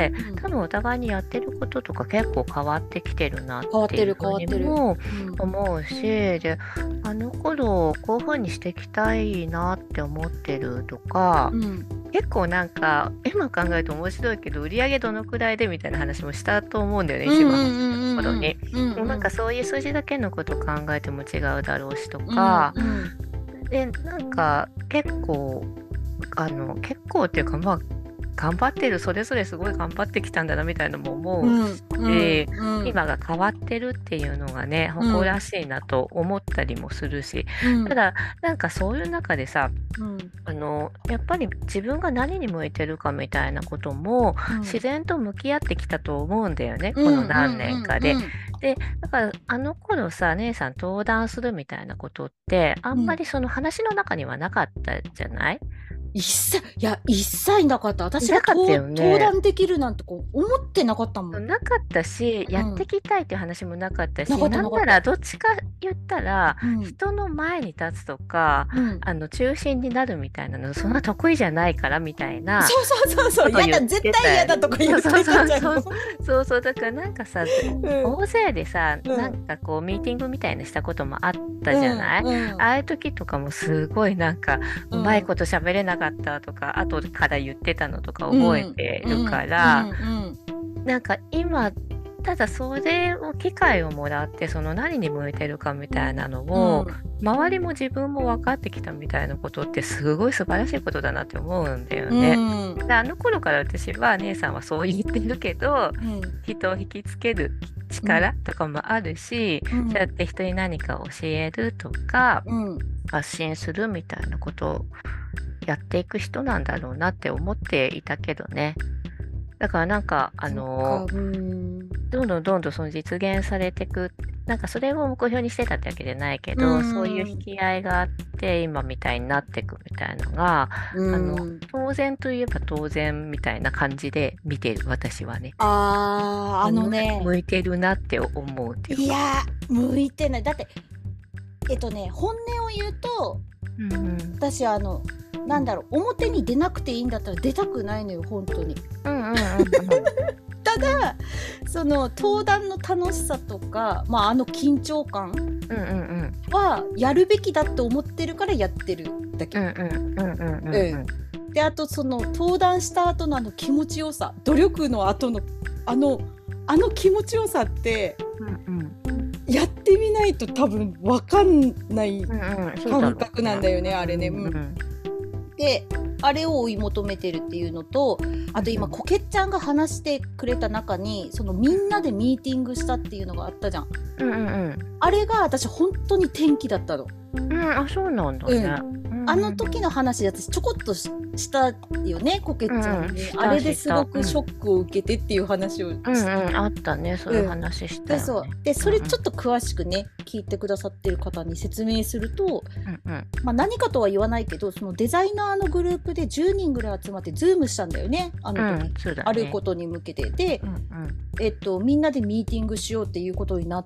うん、多分お互いにやってることとか結構変わってきてるなっていうふうにも思うし、で、あの頃こういうふうにしていきたいなって思ってるとか、うん、結構なんか今考えると面白いけど売り上げどのくらいでみたいな話もしたと思うんだよね、一番初めの頃に。なんかそういう数字だけのこと考えても違うだろうしとか、うんうん、でなんか結構あの結構っていうかまあ頑張ってる、それぞれすごい頑張ってきたんだなみたいなのも思うし、うんうんうん、今が変わってるっていうのがね誇らしいなと思ったりもするし、うん、ただなんかそういう中でさ、うん、あのやっぱり自分が何に向いてるかみたいなことも自然と向き合ってきたと思うんだよね、うん、この何年かで。でだからあの頃さ、姉さん登壇するみたいなことってあんまりその話の中にはなかったじゃない？
一切、いや、一切なかった。私が登壇できるなんてこう思ってなかったもん。
なかったし、うん、やっていきたいっていう話もなかったし、ななんならどっちか言ったら、うん、人の前に立つとか、うん、あの中心になるみたいなの、そんな得意じゃないからみたいな。
そうそうそうそう、嫌だ、絶対嫌だとか言ってたじゃん。そうそう
そうそう、だからなんかさ、大勢でさ、なんかこうミーティングみたいなしたこともあったじゃない？ああいう時とかもすごいなんか、うまいこと喋れなかった。かったとか後から言ってたのとか覚えてるから、なんか今ただそれを機会をもらってその何に向いてるかみたいなのを、うん、周りも自分も分かってきたみたいなことってすごい素晴らしいことだなって思うんだよね。うん、であの頃から私は姉さんはそう言ってるけど、うん、人を引きつける力とかもあるし、うん、そうやって人に何か教えるとか、うん、発信するみたいなことをやっていく人なんだろうなって思っていたけどね。だからなんかあのどんどんどんどんその実現されていく、なんかそれを目標にしてたってわけじゃないけど、うそういう引き合いがあって今みたいになっていくみたいなのが、あの当然といえば当然みたいな感じで見てる私はね。
あーあのね
向いてるなって思うっていうか。
いや向いてない。だってえっとね本音を言うと、うんうん、私あのなんだろう、表に出なくていいんだったら出たくないのよ本当に。うんうんうんうん、ただその登壇の楽しさとか、まあ、あの緊張感はやるべきだって思ってるからやってるだけ。であとその登壇した後のあの気持ちよさ、努力の後のあのあの気持ちよさって、
うんうん、
やってみないと多分分かんない感覚なんだよね、うんうん、あれね、うんうん、であれを追い求めてるっていうのと、あと今こけっちゃんが話してくれた中にそのみんなでミーティングしたっていうのがあったじゃん、
うんうんうん、
あれが私本当に転機だったの。
うん、あ、そうなんだね、うん、
あの時の話私ちょこっと し, したよね、こけっちゃんに、うん、あれですごくショックを受けてっていう話をした、
うんうんうん、あったね、そういう話したよね、
うん、そうでそれちょっと詳しくね、うん、聞いてくださってる方に説明すると、うんうん、まあ、何かとは言わないけど、そのデザイナーのグループでじゅうにんぐらい集まってズームしたんだよね、あの時、うんね、あることに向けてで、うんうん、えっと、みんなでミーティングしようっていうことになって、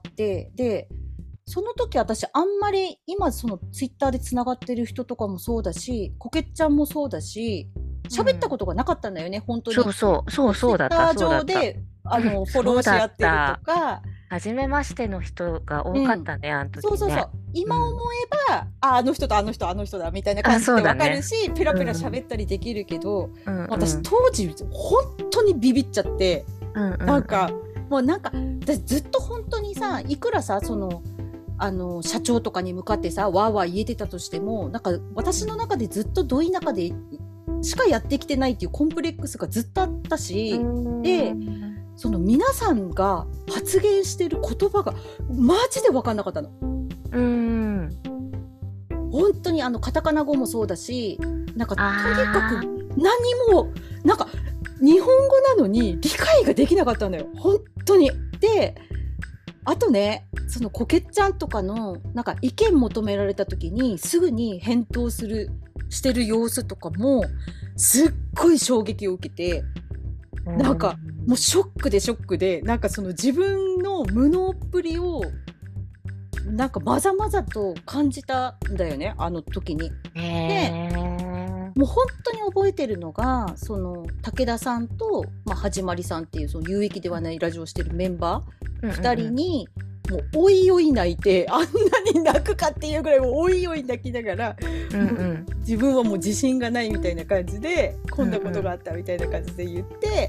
でその時私あんまり今そのツイッターでつながってる人とかもそうだし、こけっちゃんもそうだし、喋ったことがなかったんだよね、うん、本当に。
そうそうそうそうだった。
ツイッター上であのフォローし合ってるとか、
初めましての人が多かったね、うん、あの時ね。
そうそうそう。今思えば、うん、あ, あの人とあの人あの人だみたいな感じで分かるし、ね、ペラペラ喋ったりできるけど、うん、私当時本当にビビっちゃって、うんうん、なんかもうなんか私ずっと本当にさ、いくらさそのあの社長とかに向かってさわーわー言えてたとしても、なんか私の中でずっとど田舎でしかやってきてないっていうコンプレックスがずっとあったし、でその皆さんが発言してる言葉がマジで分かんなかったの。うーん、本当にあのカタカナ語もそうだし、なんかとにかく何もなんか日本語なのに理解ができなかったんだよ、本当に。であとね、そのこけっちゃんとかのなんか意見求められた時にすぐに返答するしてる様子とかもすっごい衝撃を受けて、なんかもうショックでショックで、なんかその自分の無能っぷりをなんかまざまざと感じたんだよね、あの時に。でもう本当に覚えてるのが、その武田さんと、まあ、はじまりさんっていうその有益ではないラジオをしてるメンバーふたりに、もうおいおい泣いて、あんなに泣くかっていうぐらいもうおいおい泣きながら、うんうん、自分はもう自信がないみたいな感じで、こんなことがあったみたいな感じで言って、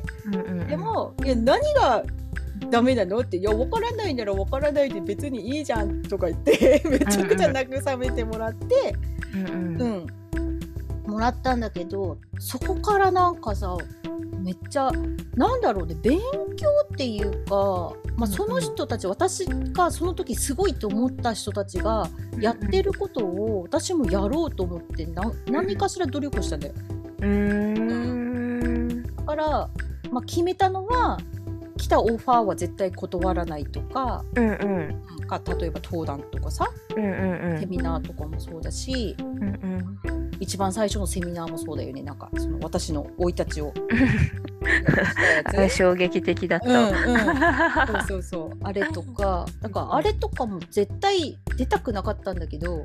うんうん、でもいや何がダメなのって、いや分からないなら分からないで別にいいじゃんとか言ってめちゃくちゃ慰めてもらって、うんうんうん、もらったんだけど、そこからなんかさめっちゃなんだろうね、勉強っていうか、まあ、その人たち、うんうん、私がその時すごいと思った人たちがやってることを私もやろうと思ってな何かしら努力したんだよ。うーん、だから、まあ、決めたのは来たオファーは絶対断らないとか、うんうん、か例えば登壇とかさ、うんうんうん、セミナーとかもそうだし、うんうん、一番最初のセミナーもそうだよね、なんかその私の生い立ちを
衝撃的だった、
うんうん、そうそうそうあれとか、だからあれとかも絶対出たくなかったんだけど、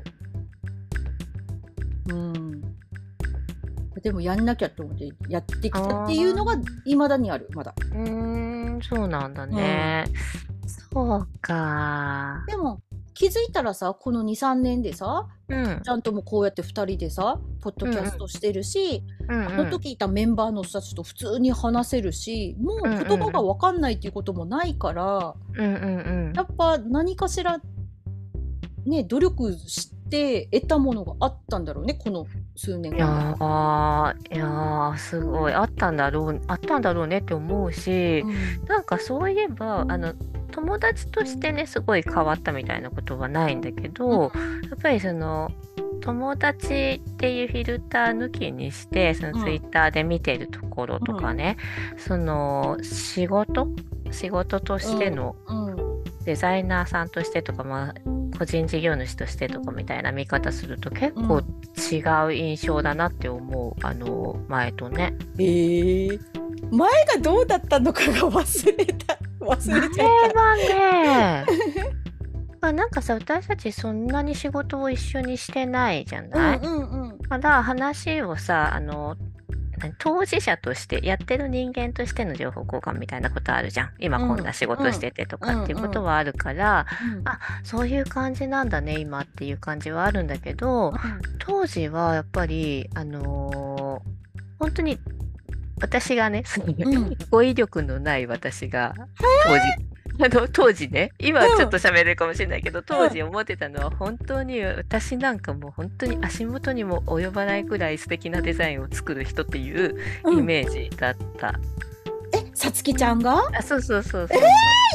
うん、でもやんなきゃと思ってやってきたっていうのが未だにある、まだ。
うーん、そうなんだね、うん、そうか。
でも気づいたらさ、この にさんねんでさ、うん、ちゃんともこうやってふたりでさポッドキャストしてるし、うんうん、あの時いたメンバーの人たちと普通に話せるし、もう言葉が分かんないっていうこともないから、うんうんうん、やっぱ何かしらね努力して得たものがあったんだろうね、この数年間。
いやーいやーすごいあったんだろうあったんだろうねって思うし、うん、なんかそういえばあの友達としてねすごい変わったみたいなことはないんだけど、うん、やっぱりその友達っていうフィルター抜きにしてそのツイッターで見てるところとかね、うん、その仕事仕事としてのデザイナーさんとしてとか、まあ個人事業主としてとかみたいな見方すると結構違う印象だなって思う、うん、あの前とね。
えー、前がどうだったのかが忘れた忘れちゃった。前
はねまあなんかさ、私たちそんなに仕事を一緒にしてないじゃない、うんうんうん、だから話をさあの当事者としてやってる人間としての情報交換みたいなことあるじゃん、今こんな仕事しててとかっていうことはあるから、うんうん、あそういう感じなんだね今っていう感じはあるんだけど、うん、当時はやっぱりあのー、本当に私がね、うん、語彙力のない私が当時。あの当時ね、今はちょっと喋れるかもしれないけど、うん、当時思ってたのは本当に私なんかもう本当に足元にも及ばないくらい素敵なデザインを作る人っていうイメージだった。
うん、え、さつきちゃんが？
あ、そうそうそうそう。
えー、や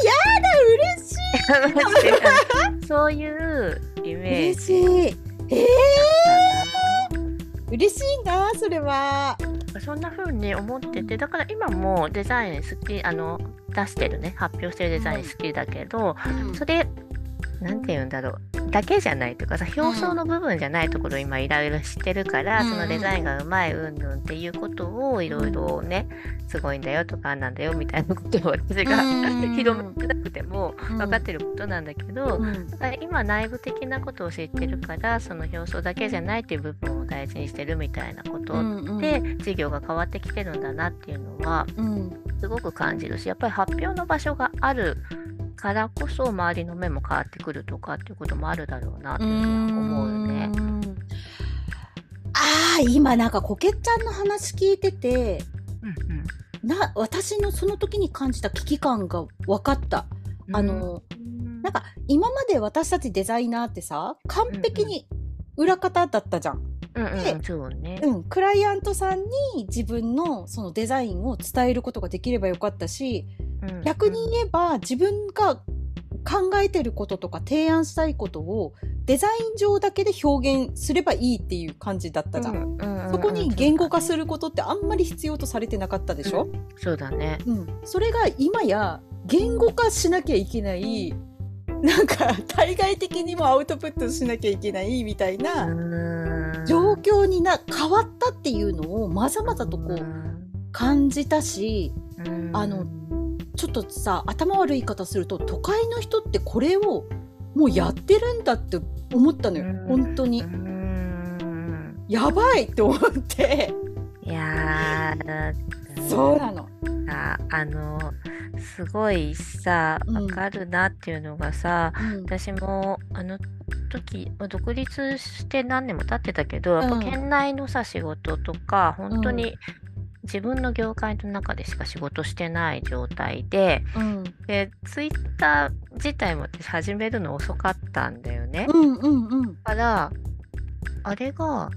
だ、嬉し
い。そういうイメージ。
嬉しい。えー、嬉しいな、それは。
そんな風に思ってて、だから今もデザイン好き、あの出してるね、発表してるデザイン好きだけど、うん、それなんて言うんだろう、だけじゃないというかさ、表層の部分じゃないところを今いろいろ知ってるから、うん、そのデザインがうまいうんぬんっていうことをいろいろね、すごいんだよとかなんだよみたいなことを私が、うん、広めなくても分かってることなんだけど、うん、だから今内部的なことを知ってるから、その表層だけじゃないっていう部分を大事にしてるみたいなことで、事業が変わってきてるんだなっていうのはすごく感じるし、やっぱり発表の場所があるからこそ周りの目も変わってくるとかっていうこともあるだろうなっていうふうには思うよね。
ああ、今なんかこけちゃんの話聞いてて、うんうん、な私のその時に感じた危機感が分かった。あの、なんか今まで私たちデザイナーってさ、完璧に裏方だったじゃん。
うんうん、で、そうね、
うん、クライアントさんに自分のそのデザインを伝えることができればよかったし、うんうん、逆に言えば自分が考えてることとか提案したいことをデザイン上だけで表現すればいいっていう感じだったじゃん。うんうんうん、そこに言語化することってあんまり必要とされてなかったでしょ。うん、
そうだね、
うん、それが今や言語化しなきゃいけない、なんか対外的にもアウトプットしなきゃいけないみたいな状況にな変わったっていうのをまざまざとこう感じたし、あのちょっとさ、頭悪い言い方すると都会の人ってこれをもうやってるんだって思ったのよ。本当にやばいって思って。
いや
ー、そうなの。
あ, あのすごいさ、わかるなっていうのがさ、うん、私もあの時独立して何年も経ってたけど、うん、やっぱ県内のさ仕事とか本当に自分の業界の中でしか仕事してない状態で、うん、でツイッター自体も私始めるの遅かったんだよね。
うんうんうん、
だからあれが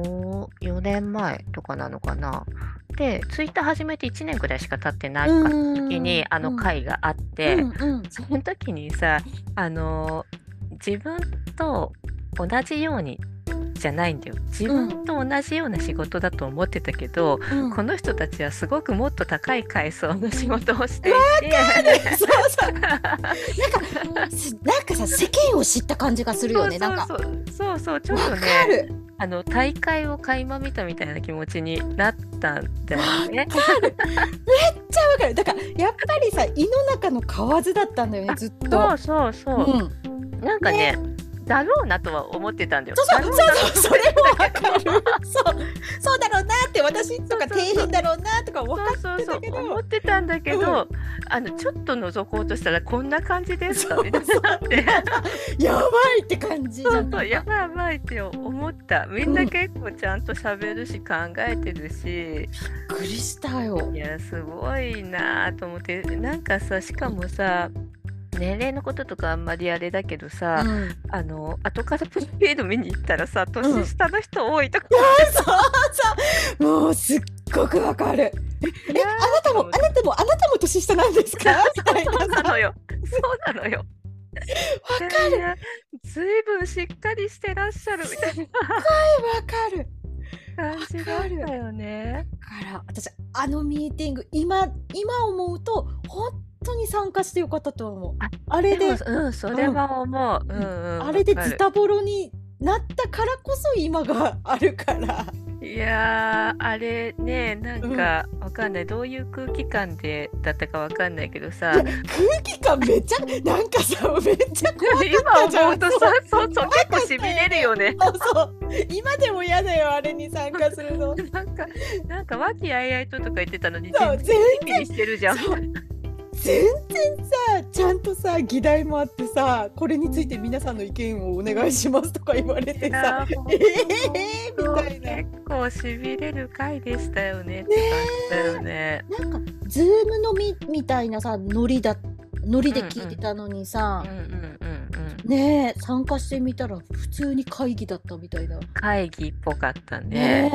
4, よねんまえとかなのかな。でツイッター始めていちねんくらいしか経ってない時にあの会があって、うんうん、その時にさ、あの自分と同じようにじゃないんだよ。自分と同じような仕事だと思ってたけど、うん、この人たちはすごくもっと高い階層の仕事をしていて、
そうそうなんかなんかさ世間を知った感じがするよね。
そうそうそう、なんかそうそうちょっとね、あの大会を垣間見たみたいな気持ちになったんだよね。
わかるめっちゃわかる。だからやっぱりさ胃の中の蛙だったんだよね、ずっと。
そうそうそう、うん、なんかね、ねだろうなとは思ってたんだよ。
そうそうそう、それもわかる。そうそうだろうなって、私とか底辺だろうなとか分かってたけど、
そうそうそう思ってたんだけど、うん、あのちょっと覗こうとしたらこんな感じですかみたいになって
やばいって感じじゃん。
そうそうやばいやばいって思った。みんな結構ちゃんと喋るし考えてるし、
びっくりしたよ。
いやすごいなと思って。なんかさ、しかもさ年齢のこととかあんまりあれだけどさ、うん、あの後からプロフィール見に行ったらさ、年下の人多いとか、
うん、そうそうもうすっごくわかる。えあなたもあなたもあなたも年下なんですかみたいな。
そうなのよそうなのよ
わかる。
ずいぶんしっかりしてらっしゃるみたいな。
すっごいわかる
感じだったよね。
だから私あのミーティング今今思うと本当に参加してよかったと思う。 あ, あれで、
うん、それは思う、うんうんうん、
あれでズタボロになったからこそ今があるから。
いやーあれね、なんか、うん、わかんない、どういう空気感でだったかわかんないけどさ、
空気感めっちゃなんかさめっちゃ怖かったじゃん。
今思うとさ、そうそう結構しびれるよね。
そうそう今でも嫌だよあれに参加するの。
なんかなんか和気あいあいととか言ってたのに全然ピリピリしてるじゃん。
全然さちゃんとさ議題もあってさ、これについて皆さんの意見をお願いしますとか言われてさ、えー、みたいな。
結構しびれる回でしたよねって感じだよね。
なんかズームのみみたいなさノリだっノリで聞いてたのにさ、
うんうんうんうん、
ねえ参加してみたら普通に会議だったみたいな。
会議っぽかったね。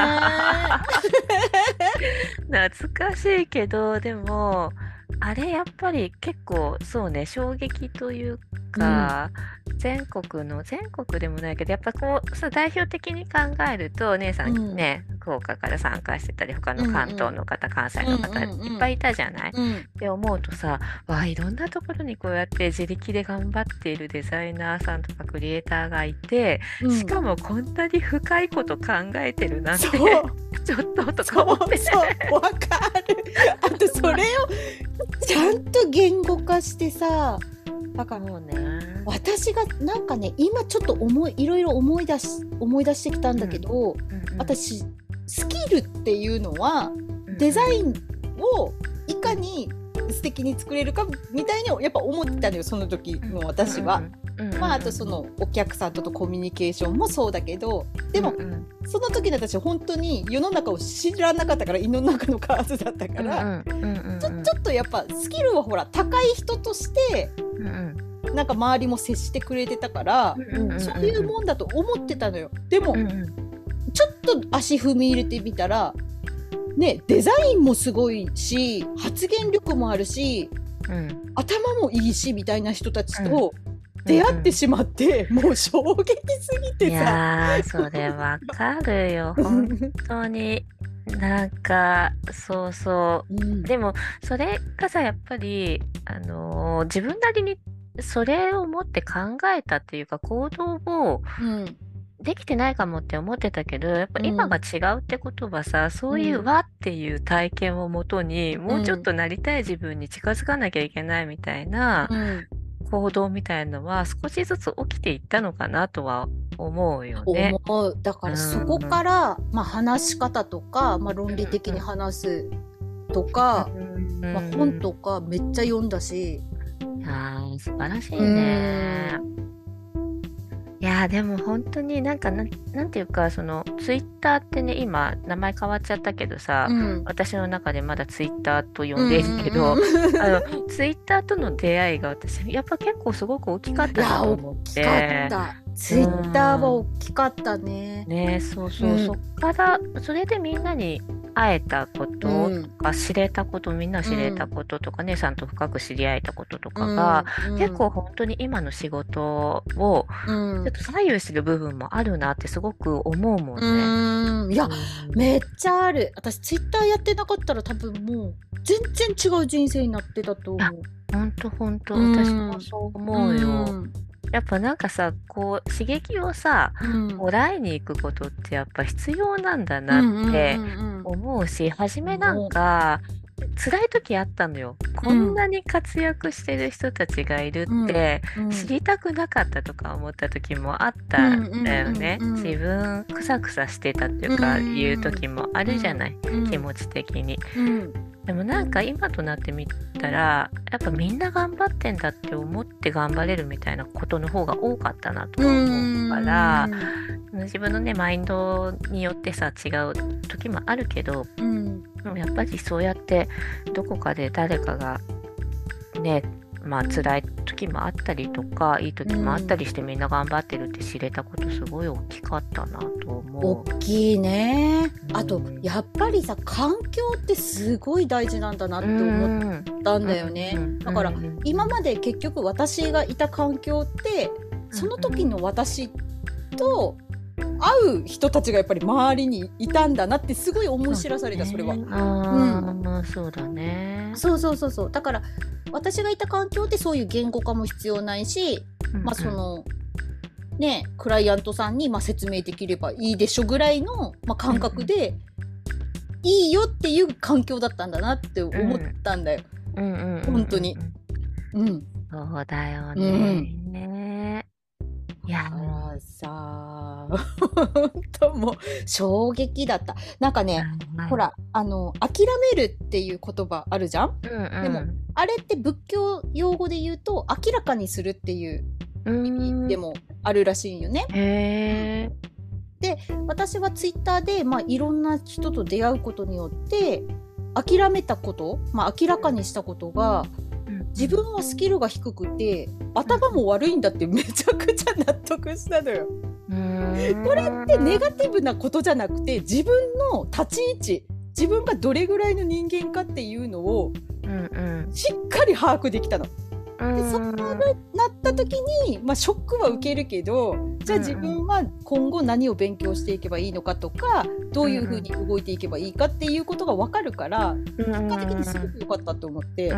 ね懐かしいけどでもあれやっぱり結構そうね衝撃というか、うん、全国の全国でもないけどやっぱこうそう代表的に考えると姉さんね、うん、福岡から参加してたり他の関東の方、うんうん、関西の方、うんうんうん、いっぱいいたじゃない、うん、って思うとさわいろんなところにこうやって自力で頑張っているデザイナーさんとかクリエイターがいて、うん、しかもこんなに深いこと考えてるなんてちょっととか思って
そうわかるあとそれをちゃんと言語化してさだからもうね私がなんかね今ちょっと思いいろいろ思い出し思い出してきたんだけど、うんうんうん、私スキルっていうのはデザインをいかに素敵に作れるかみたいにやっぱ思ってたのよその時の私は、うんうんうん、まああとそのお客さんとのコミュニケーションもそうだけどでも、うんうん、その時の私本当に世の中を知らなかったから胃の中の数だったから、うんうんうんうん、ちょ、ちょっとやっぱスキルはほら高い人として、うんうん、なんか周りも接してくれてたから、うんうんうん、そういうもんだと思ってたのよ。でも、うんうん、ちょっと足踏み入れてみたらね、デザインもすごいし発言力もあるし、うん、頭もいいしみたいな人たちと出会ってしまって、うんうん、もう衝撃すぎてさ。い
やーそれわかるよ本当になんかそうそう、うん、でもそれがさやっぱり、あのー、自分なりにそれを持って考えたっていうか行動を、うんできてないかもって思ってたけどやっぱ今が違うってことはさ、うん、そういう和っていう体験をもとに、うん、もうちょっとなりたい自分に近づかなきゃいけないみたいな行動みたいのは少しずつ起きていったのかなとは思うよね。
思うだからそこから、うんまあ、話し方とか、まあ、論理的に話すとか、うんまあ、本とかめっちゃ読んだし、
いや素晴らしいね。いやでも本当になんかな、なんていうかそのツイッターってね今名前変わっちゃったけどさ、うん、私の中でまだツイッターと呼んでいるけど、うんうん、あのツイッターとの出会いが私やっぱ結構すごく大きかったなと思って。
いや大きかったツイッターは大きかったね。
うん、ねそうそう、うん、そっからそれでみんなに会えたこととか、うん、知れたことみんな知れたこととか、うん、姉さんと深く知り合えたこととかが、うん、結構本当に今の仕事をちょっと左右する部分もあるなってすごく思うもんね。
うんいや、うん、めっちゃある。私ツイッターやってなかったら多分もう全然違う人生になってたと思う。
本当本当私もそう思うよ。うんやっぱなんかさこう刺激をさ、うん、もらいに行くことってやっぱ必要なんだなって思うし、うんうんうんうん、初めなんか辛い時あったのよ、うん、こんなに活躍してる人たちがいるって知りたくなかったとか思った時もあったんだよね、うんうんうんうん、自分クサクサしてたっていうか、うんうん、いう時もあるじゃない、うんうん、気持ち的に、うんでもなんか今となってみたらやっぱみんな頑張ってんだって思って頑張れるみたいなことの方が多かったなと思うから自分のねマインドによってさ違う時もあるけど、うん、でもやっぱりそうやってどこかで誰かがねまあ辛い時もあったりとかいい時もあったりして、うん、みんな頑張ってるって知れたことすごい大きかったなと思
う。大きいね、うん、あとやっぱりさ環境ってすごい大事なんだなって思ったんだよね、うん、だから今まで結局私がいた環境ってその時の私と会う人たちがやっぱり周りにいたんだなってすごい思い知らされた。それは
あ、うん、そうだね。
そうそうそうそうだから私がいた環境ってそういう言語化も必要ないし、うんうん、まあそのねクライアントさんにまあ説明できればいいでしょぐらいの、まあ、感覚で、うんうん、いいよっていう環境だったんだなって思ったんだよ、うんうんうんうん、本当に、
うん、そうだよね、うん
いやーさ本当もう衝撃だった。なんかね、うん、ほらあの諦めるっていう言葉あるじゃん、うんうん、でもあれって仏教用語で言うと明らかにするっていう意味でもあるらしいよね。へー。で私はツイッターで、まあ、いろんな人と出会うことによって諦めたこと、まあ、明らかにしたことが、うん自分はスキルが低くて頭も悪いんだってめちゃくちゃ納得したのよ。これってネガティブなことじゃなくて、自分の立ち位置、自分がどれぐらいの人間かっていうのをしっかり把握できたの。でそうなった時に、まあ、ショックは受けるけど、じゃあ自分は今後何を勉強していけばいいのかとか、どういうふうに動いていけばいいかっていうことが分かるから、結果的にすごく良かったと思って、うん、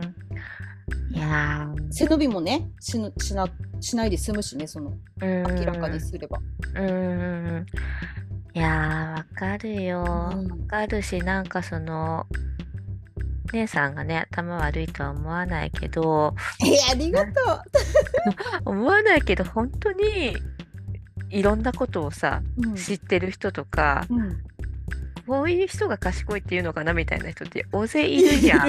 いや背伸びもね し, し, なしないで済むしね、その明らかにすれば。
うーん、いやー、わかるよ、わかるし、なんかその姉さんがね、頭悪いとは思わないけど、
えー、ありがと
う思わないけど、本当にいろんなことをさ、うん、知ってる人とか、うん、こういう人が賢いっていうのかなみたいな人って大勢いるじゃん。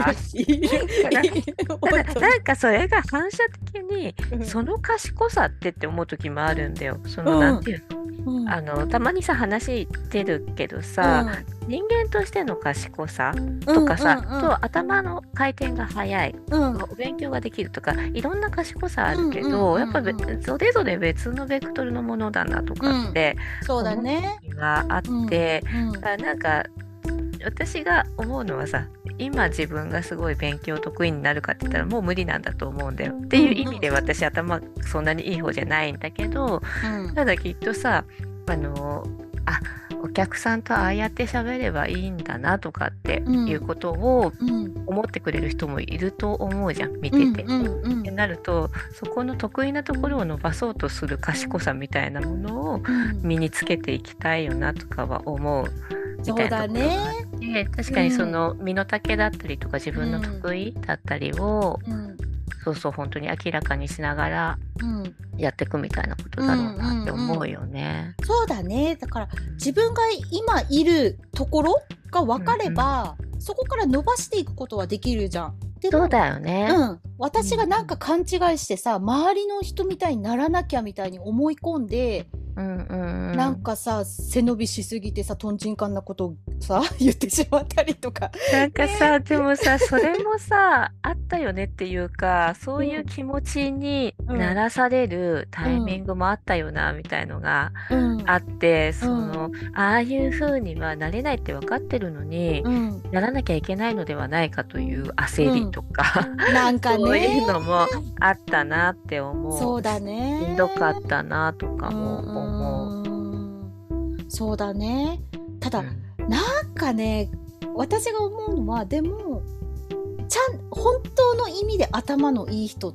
なんかそれが反射的に、うん、その賢さってって思う時もあるんだよ。その、うん、なんていうの、うん、あのたまにさ話出るけどさ、うん、人間としての賢さとかさ、うんうんうん、と頭の回転が速い、うん、お勉強ができるとかいろんな賢さあるけど、うんうんうんうん、やっぱそれぞれ別のベクトルのものだなとかって、
うん、そうだね、
があって、うんうん、なんか私が思うのはさ、今自分がすごい勉強得意になるかって言ったらもう無理なんだと思うんだよっていう意味で、私頭そんなにいい方じゃないんだけど、うん、ただきっとさ、あのあお客さんとああやって喋ればいいんだなとかっていうことを思ってくれる人もいると思うじゃん、見てて、うんうんうん、ってなると、そこの得意なところを伸ばそうとする賢さみたいなものを身につけていきたいよなとかは思うみたいなところがあって、ね、確かにその身の丈だったりとか自分の得意だったりを、うんうん、そうそう本当に明らかにしながらやっていくみたいなことだろうなって思うよね、
うんうんうん、そうだね。だから自分が今いるところが分かれば、うんうん、そこから伸ばしていくことはできるじゃん。で
そうだよね、
うん、私がなんか勘違いしてさ、周りの人みたいにならなきゃみたいに思い込んで、うんうんうん、なんかさ背伸びしすぎてさとんちんかんなことをさ言ってしまったりとか
なんかさ、ね、でもさそれもさあったよねっていうか、そういう気持ちにならされるタイミングもあったよな、うん、みたいのがあって、うん、そのああいう風にはなれないって分かってるのに、うん、ならなきゃいけないのではないかという焦りとか、
うん、なんかね
そういうのもあったなって思う。
そうだね、
しんどかったなとかも思う。
そうだね。ただ、うん、なんかね、私が思うのは、でもちゃん本当の意味で頭のいい人って、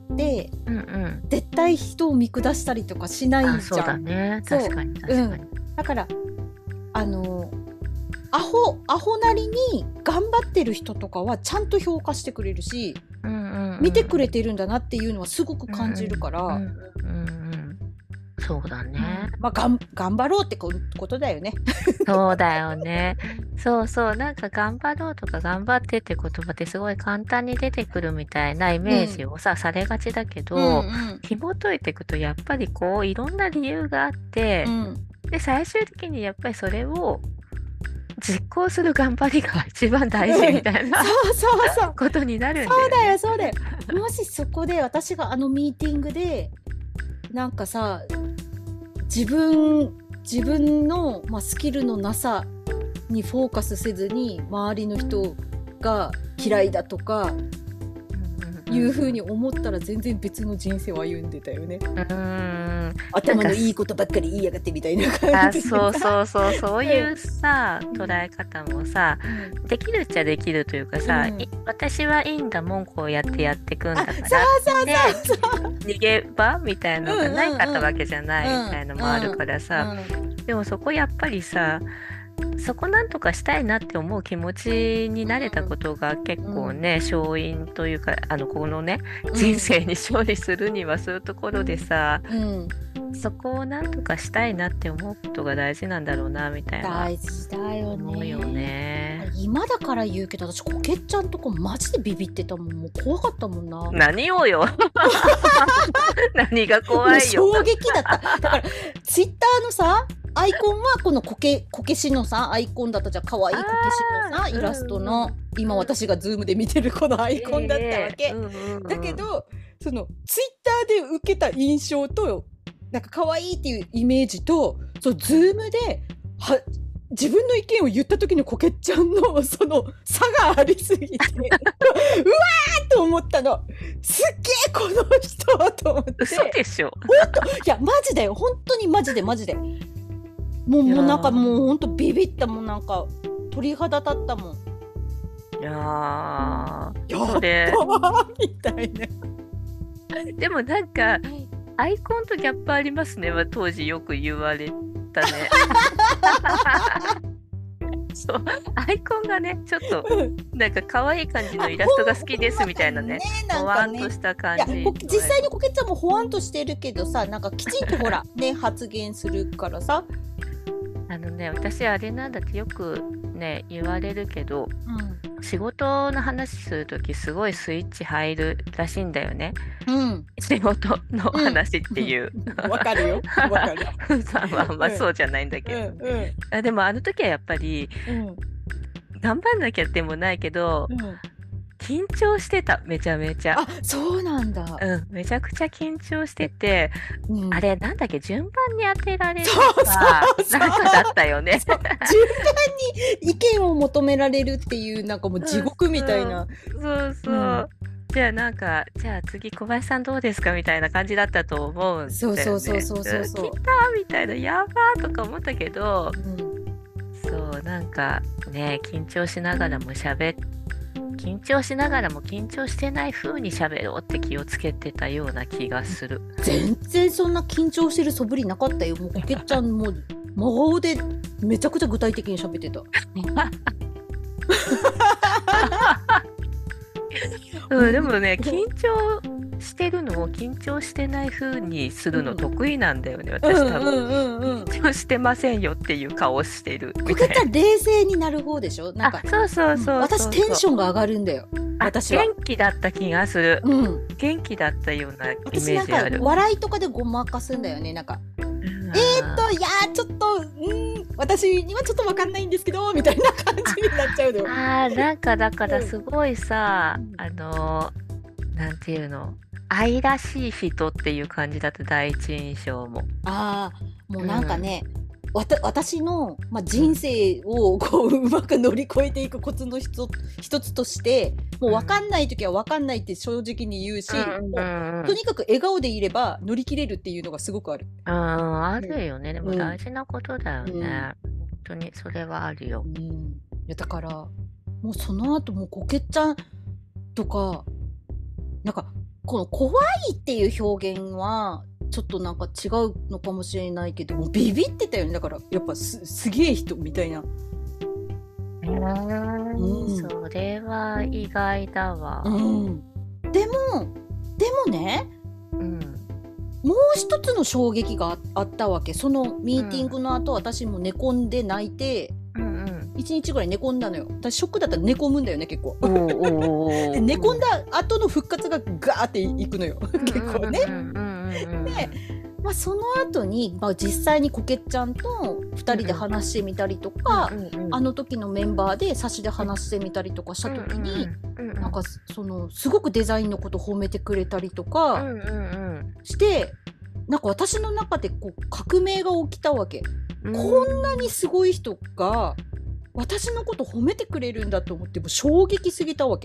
うんうん、絶対人を見下したりとかしないじゃん。あ、
そうだね、確かに確かに、うん、
だからあのアホアホなりに頑張ってる人とかはちゃんと評価してくれるし、うんうんうん、見てくれてるんだなっていうのはすごく感じるから、うんうんうんうん、
そうだね、
まあ、がん頑張ろうってことだよね。
そうだよね。そうそう、なんか頑張ろうとか頑張ってって言葉ってすごい簡単に出てくるみたいなイメージをさ、うん、されがちだけど、うんうん、紐解いていくとやっぱりこういろんな理由があって、うん、で最終的にやっぱりそれを実行する頑張りが一番大事みたいな、うん、そうそうそうことになるんだよね。
そうだよそうだよ。もしそこで私があのミーティングでなんかさ、自分自分の、まあ、スキルのなさにフォーカスせずに周りの人が嫌いだとかいう風に思ったら全然別の人生を歩んでたよね。うーん、頭のいいことばっかり言いやがってみたいな感じで。
あ、そうそうそう、そういうさ、うん、捉え方もさ、うん、できるっちゃできるというかさ、うん、私はいいんだもんこうやってやってくんだから、そう
そうそうそう、
逃げ場みたいなのがないかったわけじゃないみたいなのもあるからさ、うんうん、でもそこやっぱりさ、そこなんとかしたいなって思う気持ちになれたことが結構ね、うん、勝因というか、あのこのね、うん、人生に勝利するにはそういうところでさ、うん、そこをなんとかしたいなって思うことが大事なんだろうなみたいな。
大事だよね。
思うよね。
今だから言うけど、私こけっちゃんとこマジでビビってたもん。もう怖かったもんな。
何をよ何が怖いよ。
衝撃だった。だからツイッターのさアイコンはこのこけこけしのさアイコンだったじゃん。可愛いこけしのさイラストの、 今私がズームで見てるこのアイコンだったわけ、
えーうんうんうん、
だけどそのツイッターで受けた印象となんか可愛いっていうイメージとそうズームでは自分の意見を言った時のこけっちゃんのその差がありすぎてうわーと思ったの。すっげえこの人と思って。
嘘でしょ。
本当いやマジだよ、本当にマジでマジでもうもうなんかもう本当ビビった、もんなんか鳥肌立ったもん。
いや
ーそれみたいな。
でもなんかアイコンとギャップありますねは当時よく言われたね。そうアイコンがねちょっとなんか可愛い感じのイラストが好きですみたいなね、ほわんとした感じ。
いや実際にこけちゃんもほわんとしてるけどさ、なんかきちんとほらね発言するからさ。
あのね私あれなんだってよくね言われるけど、うん、仕事の話するときすごいスイッチ入るらしいんだよね、うん、仕事の話っていう
わ、うん、かるよわかる
さまあまあそうじゃないんだけど、うんうん、あでもあの時はやっぱり、うん、頑張んなきゃでもないけど、うん緊張してた、めちゃめちゃ。
あ、そうなんだ。
うん、めちゃくちゃ緊張してて、うん、あれなんだっけ順番に当てられる
か
なんかだったよね。
順番に意見を求められるっていうなんかもう地獄みたいな。
そうそう。うん、じゃあなんかじゃあ次小林さんどうですかみたいな感じだったと思うんだよね。
そうそうそうそうそうそう。
来たみたいなやばーとか思ったけど、うん、そうなんかね緊張しながらも喋って。緊張しながらも緊張してない風に喋ろうって気をつけてたような気がする。
全然そんな緊張してる素振りなかったよ。もうこけちゃんもう魔法でめちゃくちゃ具体的に喋ってた。
うん、でもね緊張してるのを緊張してない風にするの得意なんだよね、うん、私多分、うんうんうん、緊張してませんよっていう顔をしてる
こけちゃん冷静になる方でしょ。なんか
そうそうそうそう、うん、
私テンションが上がるんだよ。私は
元気だった気がする、うん、元気だったようなイメージある。
私なんか笑いとかでごまかすんだよね。なんかえーっといやーちょっとうん私にはちょっと分かんないんですけどみたいな感じになっちゃうのよ。
あーなんかだからすごいさ、うん、あのー、なんていうの愛らしい人っていう感じだった第一印象も。
ああもうなんかね、うんわた私の、まあ、人生をこううまく乗り越えていくコツの一一つとしてもう分かんない時は分かんないって正直に言うし、うんもうとにかく笑顔でいれば乗り切れるっていうのがすごくある。
ああるよね、うん、でも大事なことだよね、うん、本当にそれはあるよ、うん、い
やだからもうその後もうこけちゃんとかなんかこの怖いっていう表現はちょっとなんか違うのかもしれないけどもうビビってたよね。だからやっぱ す, すげえ人みたいな。
うん、うん、それは意外だわ、うん、
でもでもね、うん、もう一つの衝撃が あ, あったわけ。そのミーティングの後、うん、私も寝込んで泣いて、うんうん、いちにちぐらい寝込んだのよ。私ショックだったら寝込むんだよね結構。おーで寝込んだ後の復活がガーっていくのよ結構ね、うんうんうんで、まあ、その後に、まあ、実際にこけちゃんとふたりで話してみたりとか、うんうんうん、あの時のメンバーで差しで話してみたりとかした時に、うんうんうん、なんかそのすごくデザインのこと褒めてくれたりとかして、うんうんうん、なんか私の中でこう革命が起きたわけ、うん、こんなにすごい人が私のこと褒めてくれるんだと思っても衝撃すぎたわけ。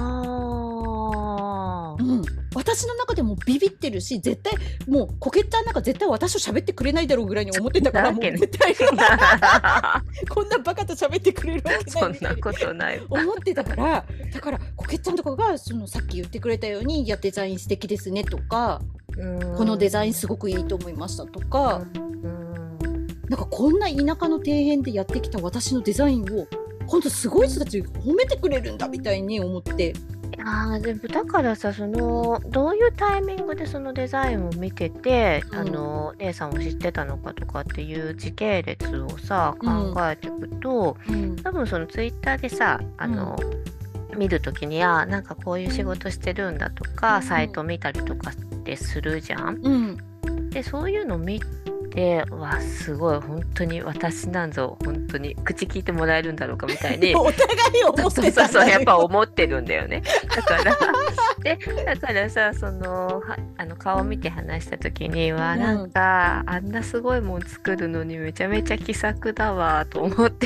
あ、うん、私の中でもビビってるし絶対もうこけちゃんなんか絶対私と喋ってくれないだろうぐらいに思ってたからもう絶対こんなバカと喋ってくれるわけないみたいな
そんなことない
思ってたからだからこけちゃんとかがそのさっき言ってくれたようにいやデザイン素敵ですねとかこのデザインすごくいいと思いましたとかなんかこんな田舎の底辺でやってきた私のデザインを本当すごい人たち褒めてくれるんだみたいに思って。
あでもだからさそのどういうタイミングでそのデザインを見てて、うん、あの姉さんを知ってたのかとかっていう時系列をさ考えていくと、うん、多分そのツイッターでさあの、うん、見るときにはなんかこういう仕事してるんだとか、うん、サイト見たりとかってするじゃん、うん、でそういうの見で、わ、すごい、本当に私なんぞ、本当に口聞いてもらえるんだろうかみたいに、
お互い思っ
そう
てたんだね。
そうそう、やっぱ思ってるんだよね。だから、で、だからさ、その、はあの顔見て話した時には、
うん
なんか、あんなすごいもん作るのにめちゃめちゃ気さくだわ、と思って。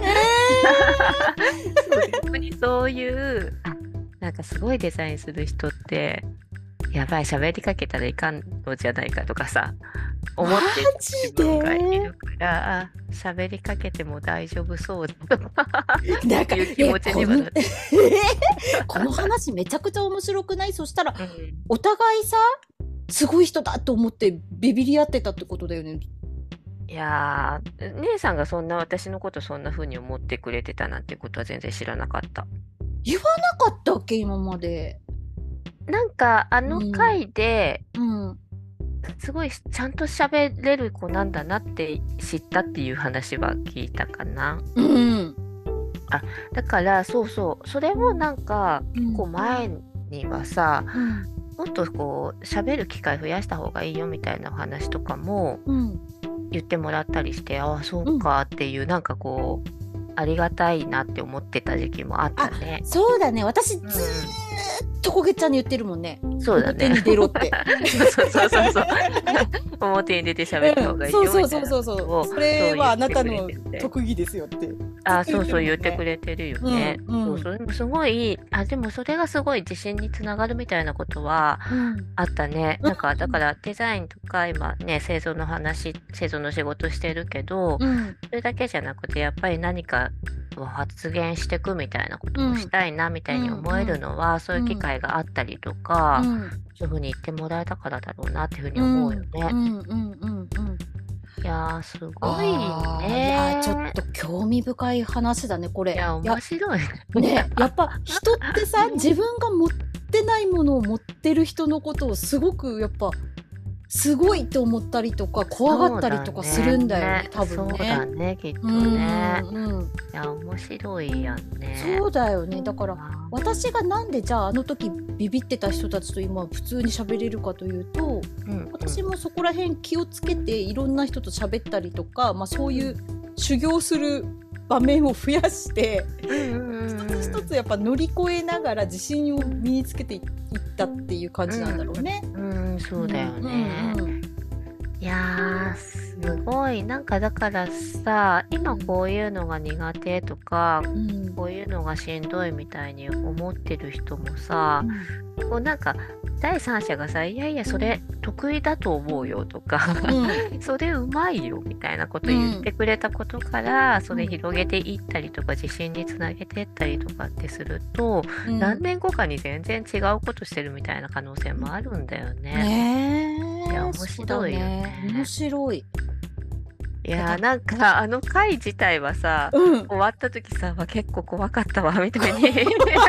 そう逆にそういう、あ、なんかすごいデザインする人って、やばい、喋りかけたらいかんのじゃないかとかさ、思ってる
マジ
自分がい
で
るから、あ、喋りかけても大丈夫そうだとか
なんか
いう気持ちにはなって。
えこの話めちゃくちゃ面白くない？そしたら
うん
お互いさすごい人だと思ってビビり合ってたってことだよね。
いやー、姉さんがそんな私のことそんな風に思ってくれてたなんてことは全然知らなかった。
言わなかったっけ今まで。
なんかあの回で、
うん
すごいちゃんと喋れる子なんだなって知ったっていう話は聞いたかな。
うん
だからそうそう、それをなんか
うん
こう前にはさ、
うん
もっとこう喋る機会増やした方がいいよみたいな話とかも
うん
言ってもらったりして、ああそうかっていう、なんかこうありがたいなって思ってた時期もあったね。
そうだね。私ず
うん
ーっとこげちゃんに言ってるもんね。
そうだね。
表に出ろって。
そうそうそうそう。表に出て喋った方がいいよ
そう
みたいな
そうそうそう
ことを
そう。それはあなた
そう
の
言ってくれてて
特技ですよって。
あ、そうそう言ってくれてるよね。
うんうん
そうそう、でもすごい、あ、でもそれがすごい自信につながるみたいなことは
うん
あったね。
うん
なんかだからデザインとか今ね、製造の話、製造の仕事してるけど、
うん
それだけじゃなくてやっぱり何かを発言していくみたいなことをしたいなみたいに思えるのは、そういう機会があったりとか、
うん
そういうふうに言ってもらえたからだろうなっていうふうに思うよね。
うんうんうんうんうん。
いやーすごい
あーい
ね。
やーちょっと興味深い話だねこれ。
いや面白い
ね、やっぱ人ってさ自分が持ってないものを持ってる人のことをすごくやっぱすごいと思ったりとか怖がったりとかするんだよね多分ね。
そうだねきっと
うん
ね。
うん、
いや面白いやんね。
そうだよね。だから
あ
私がなんでじゃああの時ビビってた人たちと今普通に喋れるかというと、
うんうん、
私もそこら辺気をつけていろんな人と喋ったりとか、まあ、そういう修行する場面を増やして
うんうんうん
一つ一つやっぱ乗り越えながら自信を身につけていったっていう感じなんだろうね。
うんうん、そうだよね。
うんうん
いやーすごいなんかだからさ、今こういうのが苦手とか
うん
こういうのがしんどいみたいに思ってる人もさ、こうなんか第三者がさ、いやいやそれ得意だと思うよとか、
うん
それうまいよみたいなこと言ってくれたことから、それ広げていったりとか自信につなげていったりとかってすると、
うん
何年後かに全然違うことしてるみたいな可能性もあるんだよね。
ねえ
いや面白いよね
そうだ面白い。
いやーなんかあの回自体はさ、
うん
終わった時さ、わ結構怖かったわみたいに
怖か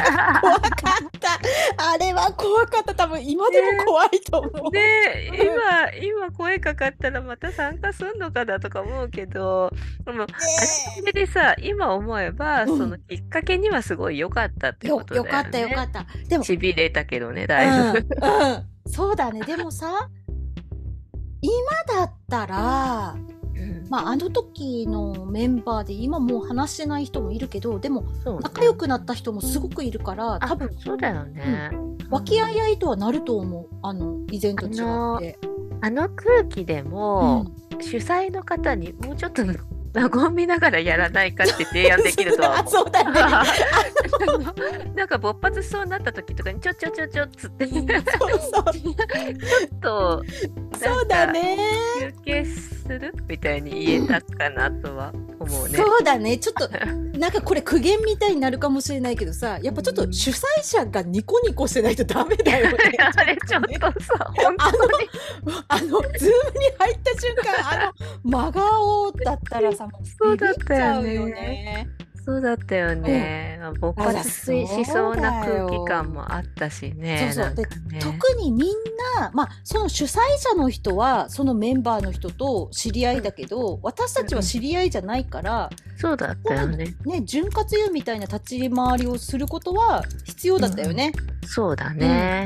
ったあれは怖かった。多分今でも怖いと思う。
で今今声かかったらまた参加すんのかなとか思うけど、でもあれそれでさ今思えば、
うん
そのきっかけにはすごい良かったって
よ
ことだよね。
よかったよかった。でも
しびれたけどねだいぶ。
うんうん、そうだね。でもさ今だったら、
うん
まあ、あの時のメンバーで今もう話してない人もいるけどでも
そうね
仲良くなった人もすごくいるから多
あ
分
そうだよね。
和気あいあいとはなると思う。あの以前と違って。
あの空気でも、
うん
主催の方にもうちょっと和みながらやらないかって提案できるとは思う。
そうだね。
なんか勃発しそうになった時とかにちょちょちょちょっつってちょ
そうそう
っと
そうだね。
休憩するみたいに言えたかなとは思うね。
そうだね。ちょっとなんかこれ苦言みたいになるかもしれないけどさ、やっぱちょっと主催者がニコニコしてないとダメだよね。
あれちょっとさ本当に
あのズームに入った瞬間あの真顔だったらさもう
そうだったよね
ビビっちゃうよね。
そうだったよね。勃発ししそうな空気感もあったしね。
そうそうで
なんかね
特にみんな、まあ、その主催者の人はそのメンバーの人と知り合いだけど、私たちは知り合いじゃないから、
そうだったよね。
ね、潤滑油みたいな立ち回りをすることは必要だったよね。
そうだね。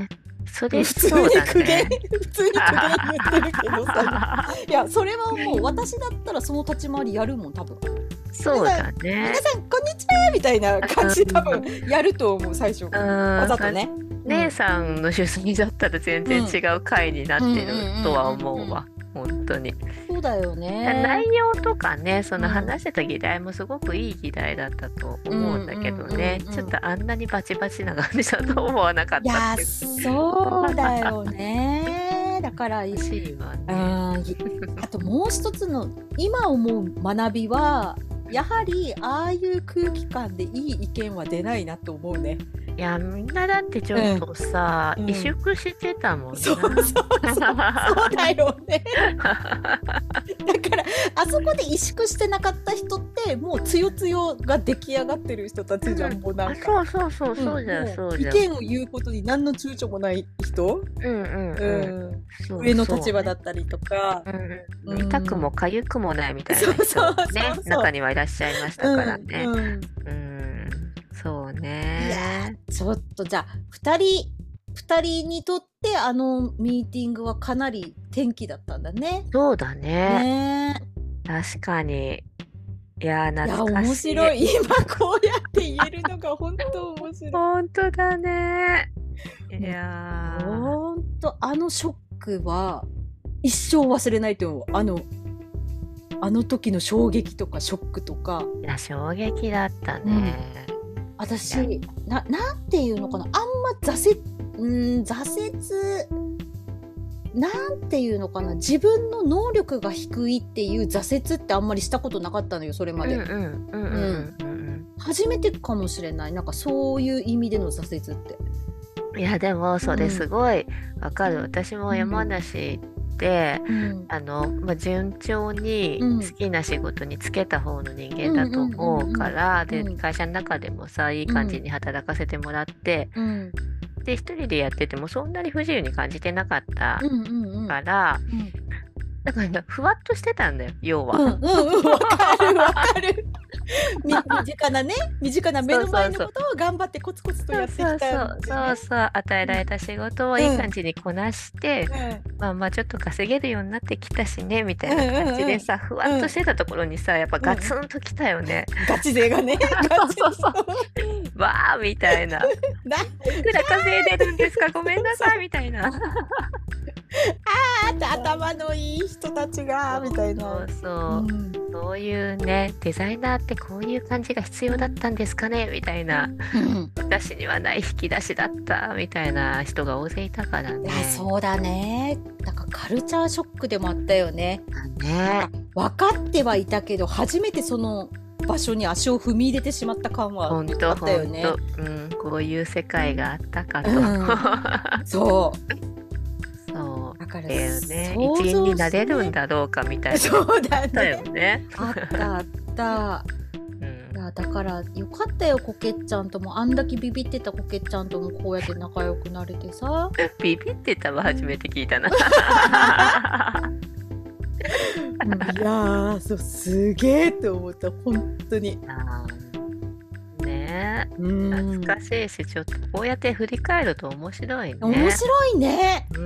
それ
普通に
そうだ
苦言、
ね。
普通に苦言言ってるけどさ。いや、それはもう私だったらその立ち回りやるもん、多分。
そうだ
皆
ね。
さんこんにちはみたいな感じで多分やると思う、最初。
うん、
わざとね。
姉さんの主催だったら全然違う回になってるとは思うわ。本当に。
そうだよね。
内容とかね、その話してた議題もすごくいい議題だったと思うんだけどね、ちょっとあんなにバチバチな感じだと思わなかったっていう。
いや、そうだよね。だから
欲しいわね。
あともう一つの今思う学びは、やはりああいう空気感でいい意見は出ないなと思うね。
いや、みんなだってちょっとさ、
うん、
萎縮してたもんね。
そうそうそうそうだよね。だからあそこで萎縮してなかった人ってもうつよつよが出来上がってる人たちじゃん、うん、もうなんか
そうそうそうそうじゃん、うん、そうじゃん。
意見を言うことに何の躊躇もない人、
うんうんうんうんそうそう、
上の立場だったりとか、
うんうん、痛くも痒くもないみたいな人もね、中にはいらっしゃいましたからね。うん、うんうんそうね。
いやちょっとじゃあふたりふたりにとってあのミーティングはかなり転機だったんだね。
そうだね。
ね
確かに。いや懐かしい。
いや面白い。今こうやって言えるのが本当面白い。
本当だね。いや
本当あのショックは一生忘れないと思う。あのあの時の衝撃とかショックとか。
いや衝撃だったね。うん
私 な, なんていうのかな、あんま挫折うん挫折なんていうのかな、自分の能力が低いっていう挫折ってあんまりしたことなかったのよ、それまで。初めてかもしれない、なんかそういう意味での挫折って。
いやでもそれすごいわかる、うん、私も山梨で、うん、あのまあ、順調に好きな仕事に就けた方の人間だと思うから、で会社の中でもさいい感じに働かせてもらって、うん、で一人でやっててもそんなに不自由に感じてなかったから、うんうんうん、だからふわっとしてたんだよ、要は。
うんうんうん、わかるわかる身近なね、身近な目の前のことを頑張ってコツコツとやってきた、ね、
そうそうそうそう与えられた仕事をいい感じにこなして、うん、まあまあちょっと稼げるようになってきたしねみたいな感じでさ、うんうんうん、ふわっとしてたところにさやっぱガツンときたよね、
うん、ガチ勢がね
そうそうそうわーみたいな、いくら稼いでるんですかごめんなさいみたいなあ
ーって頭のいい人たちがみたいな、
そうそう、うん、そういうねデザイナーってこういう感じが必要だったんですかねみたいな、うん、私にはない引き出しだったみたいな人が大勢いたからね。
いやそうだね、なんかカルチャーショックでもあったよね。
ね
分かってはいたけど初めてその場所に足を踏み入れてしまった感はあったよね。
ほんと、うん、こういう世界があったかと、うん
うん、そう
そうだからね、一員になれるんだろうかみたいな、
そうだね、
あったよね。
あったあった、うん、だ, だからよかったよ、コケッちゃんともあんだけビビってたコケッちゃんともこうやって仲良くなれてさ
ビビってたわ、初めて聞いたな。
いやーそうすげーって思った、本当に。
あね、懐かしいし、ちょっとこうやって振り返ると面白いね。
面白いね。
うん。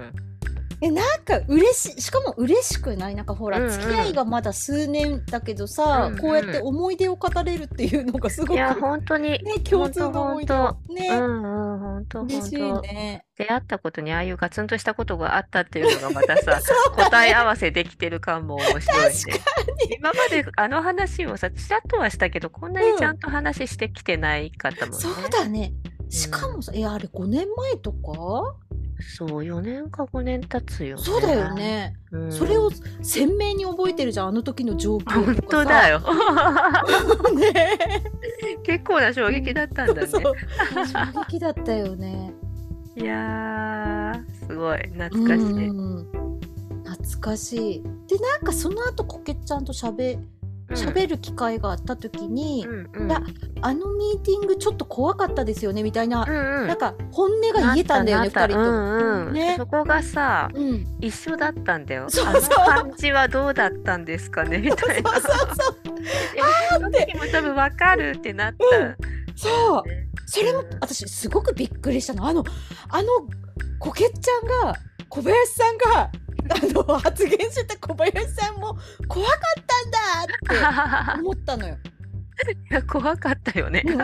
えなんか嬉しい、しかも嬉しくない？なんかほら、うんうん、付き合いがまだ数年だけどさ、うんうん、こうやって思い出を語れるっていうのがすごく、
いや本当に、
ね、共通の思い出をね、
うんうん、本当
嬉しいね。
出会ったことにああいうガツンとしたことがあったっていうのがまたさ、答え合わせできてる感も面白いね。今まであの話をさちらっとはしたけど、こんなにちゃんと話してきてないかったもんね。
そうだね。しかもさ、うん、いやあれごねんまえとか。
そうよねんかごねん経つよね。
そうだよね、うん、それを鮮明に覚えてるじゃん、あの時の状況とかさ。
本当だよ、ね、結構な衝撃だったんだね。そうそう
衝撃だったよね。
いやーすごい懐かしい、うん、
懐かしい。でなんかその後コケちゃんとしゃべ喋る機会があった時に、うんうん、いやあのミーティングちょっと怖かったですよねみたいな、うんうん、なんか本音が言えたんだよね、ふたりとも、うんうんね、
そこがさ、うん、一緒だったんだよ。そうそう、あの感じはどうだったんですかねみたいな。そうそうそうあーって、その時も多分分かるってなった、
うん、そう、それも私すごくびっくりしたの。あのあのこけっちゃんが小林さんがあの発言してた小林さんも怖かったんだって思ったのよ。
いや怖かったよね。
い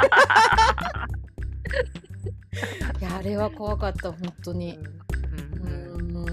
やあれは怖かった本当に。うん、うん、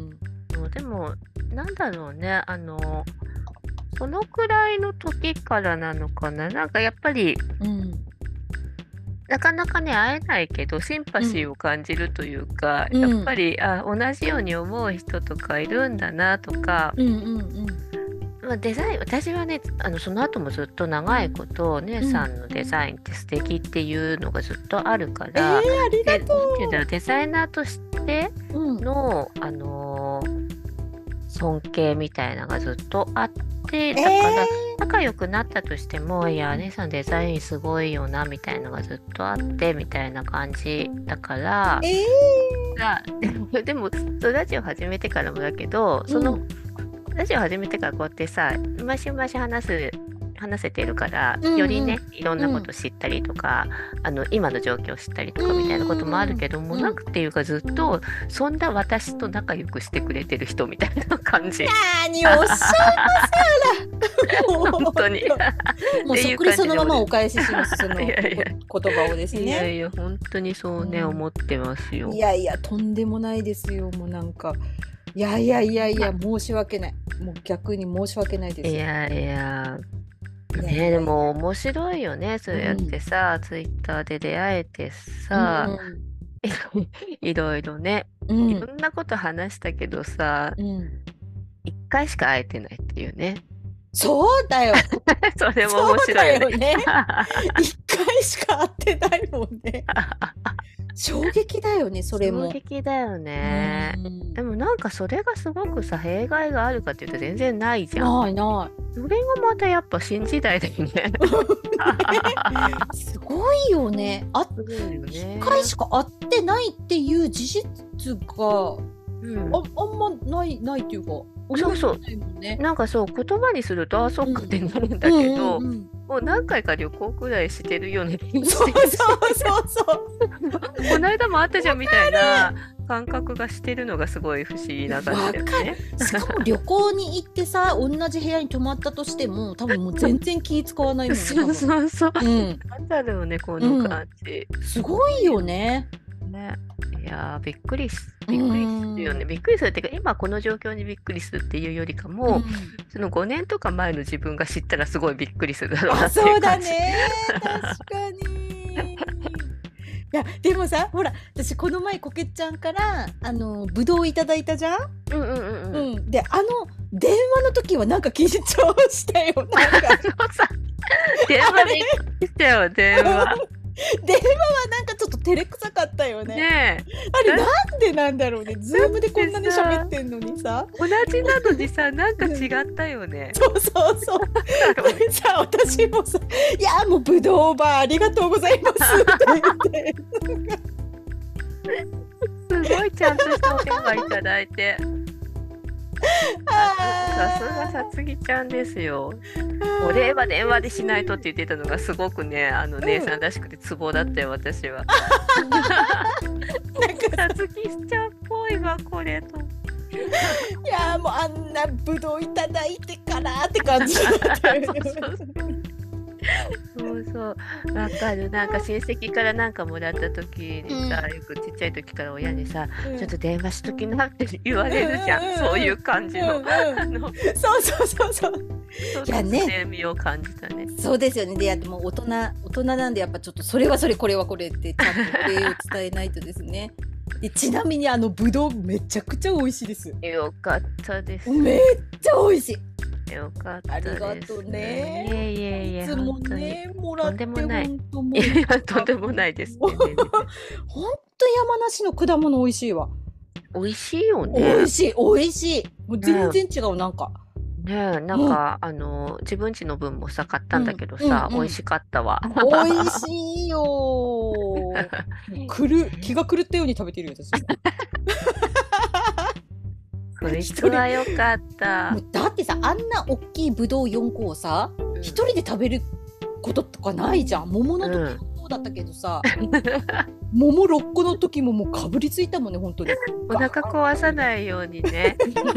うん、でもなんだろうね、あのそのくらいの時からなのかな、なんかやっぱり、うん、なかなかね会えないけどシンパシーを感じるというか、うん、やっぱりあ同じように思う人とかいるんだなとか、うんうんうんまあ、デザイン私はねあのその後もずっと長いことお姉さんのデザインって素敵っていうのがずっとあるから、
うん、えー、ありがとう。
ででデザイナーとしての、うん、あのー、尊敬みたいなのがずっとあってだから仲良くなったとしても、えー、いや姉さんデザインすごいよなみたいなのがずっとあってみたいな感じだから、
え
ー、でもラジオ始めてからもだけどその、うんラジオ始めてからこうやってさ毎週毎週話す話せてるから、うんうん、よりねいろんなこと知ったりとか、うん、あの今の状況を知ったりとかみたいなこともあるけども、うんうん、なくっていうかずっとそんな私と仲良くしてくれてる人みたいな感じ。
何をおっしゃいます
やら本当に
もうそっくりそのままお返ししますそのいやいや言葉をですね。
いやいや本当にそうね、うん、思ってますよ。
いやいやとんでもないですよ。もうなんかいやいやいやいや申し訳ない。もう逆に申し訳ないです。
いやいやねでも面白いよねそうやってさ、うん、ツイッターで出会えてさ、うん、いろいろね、うん、いろんなこと話したけどさ、うん、いっかいしか会えてないっていうね。
そうだよ
それも面白いよね。
そうだよねいっかいしか会ってないもんね衝撃だよねそれも。
衝撃だよね。でもなんかそれがすごくさ弊害があるかっていうと全然ないじゃん。
ないない。
それがまたやっぱ新時代だよね
すごいよね。あすごいよね。いっかいしか会ってないっていう事実が、うん、あ, あんまないないっていうか
そうそう、ね、なんかそう言葉にするとあそっかってなるんだけど、うんうんうんうんもう何回か旅行くらいしてるような気がしてるし
そうそうそう
この間もあったじゃんみたいな感覚がしてるのがすごい不思議な感じだよね。
しかも旅行に行ってさ同じ部屋に泊まったとしても多分もう全然気使わないもんね
そうそうそう、うん、なんだろうねこの感じ、
うん、すごいよね。
ね、いやびっくりすびっくりするよね。びっくりするっていうか今この状況にびっくりするっていうよりかも、うん、そのごねんとか前の自分が知ったらすごいびっくりするだろうなっていう感じ。
そうだね確かにいやでもさほら私この前こけちゃんからあのぶどういただいたじゃん。
うんうんうんうん、
うん、であの電話の時はなんか緊張したよなんか
電話でしたよ電話
電話はなんかちょっと照れくさかったよね。
ねえ
あれなんでなんだろうね。ズームでこんなに喋ってんのにさ
同じなのにさなんか違ったよね。
そうそうそうさあ私もさいやもうぶどうバーありがとうございますって言
ってすごいちゃんとしたお電話いただいてさすがさつぎちゃんですよ。お礼は電話でしないとって言ってたのがすごくねあの姉さんらしくてツボだったよ私は。なんかさつきちゃんっぽいわこれと。
いやもうあんなぶどういただいてからって感じだったよね。
そうそうわかる。なんか親戚からなんかもらった時にさ、うん、よくちっちゃい時から親にさ、うん、ちょっと電話しときなって言われるじゃん、うん、そういう感じの、うんうん、あの
そうそうそうそう
いやね味を感じたね。
そうですよね。でやっても大人大人なんでやっぱちょっとそれはそれこれはこれってちゃんとお礼を伝えないとですね。でちなみにあのぶどうめちゃくちゃ美味しいです。
よかったです。
めっちゃ美味しい。
よかったです。
ありがとうね。
いえいえいえ。
いつもねもらって
とんでもない。いやとんでもないです、ね。
本当山梨の果物美味しいわ。
美味しいよね。
美味しい美味しい。もう全然違う、ね、なんか。
ねえなんか、うん、あの自分家の分もさ買ったんだけどさ、うんうんうん、美味しかったわ。
美味しいよくる気が狂ったように食べてるよ私。
それ人は良かった。
もうだってさあんな大きいぶどうよんこをさ一、うん、人で食べることとかないじゃん。桃の時だったけどさ桃ろっこの時ももうかぶりついたもんね本当に。
お腹壊さないようにね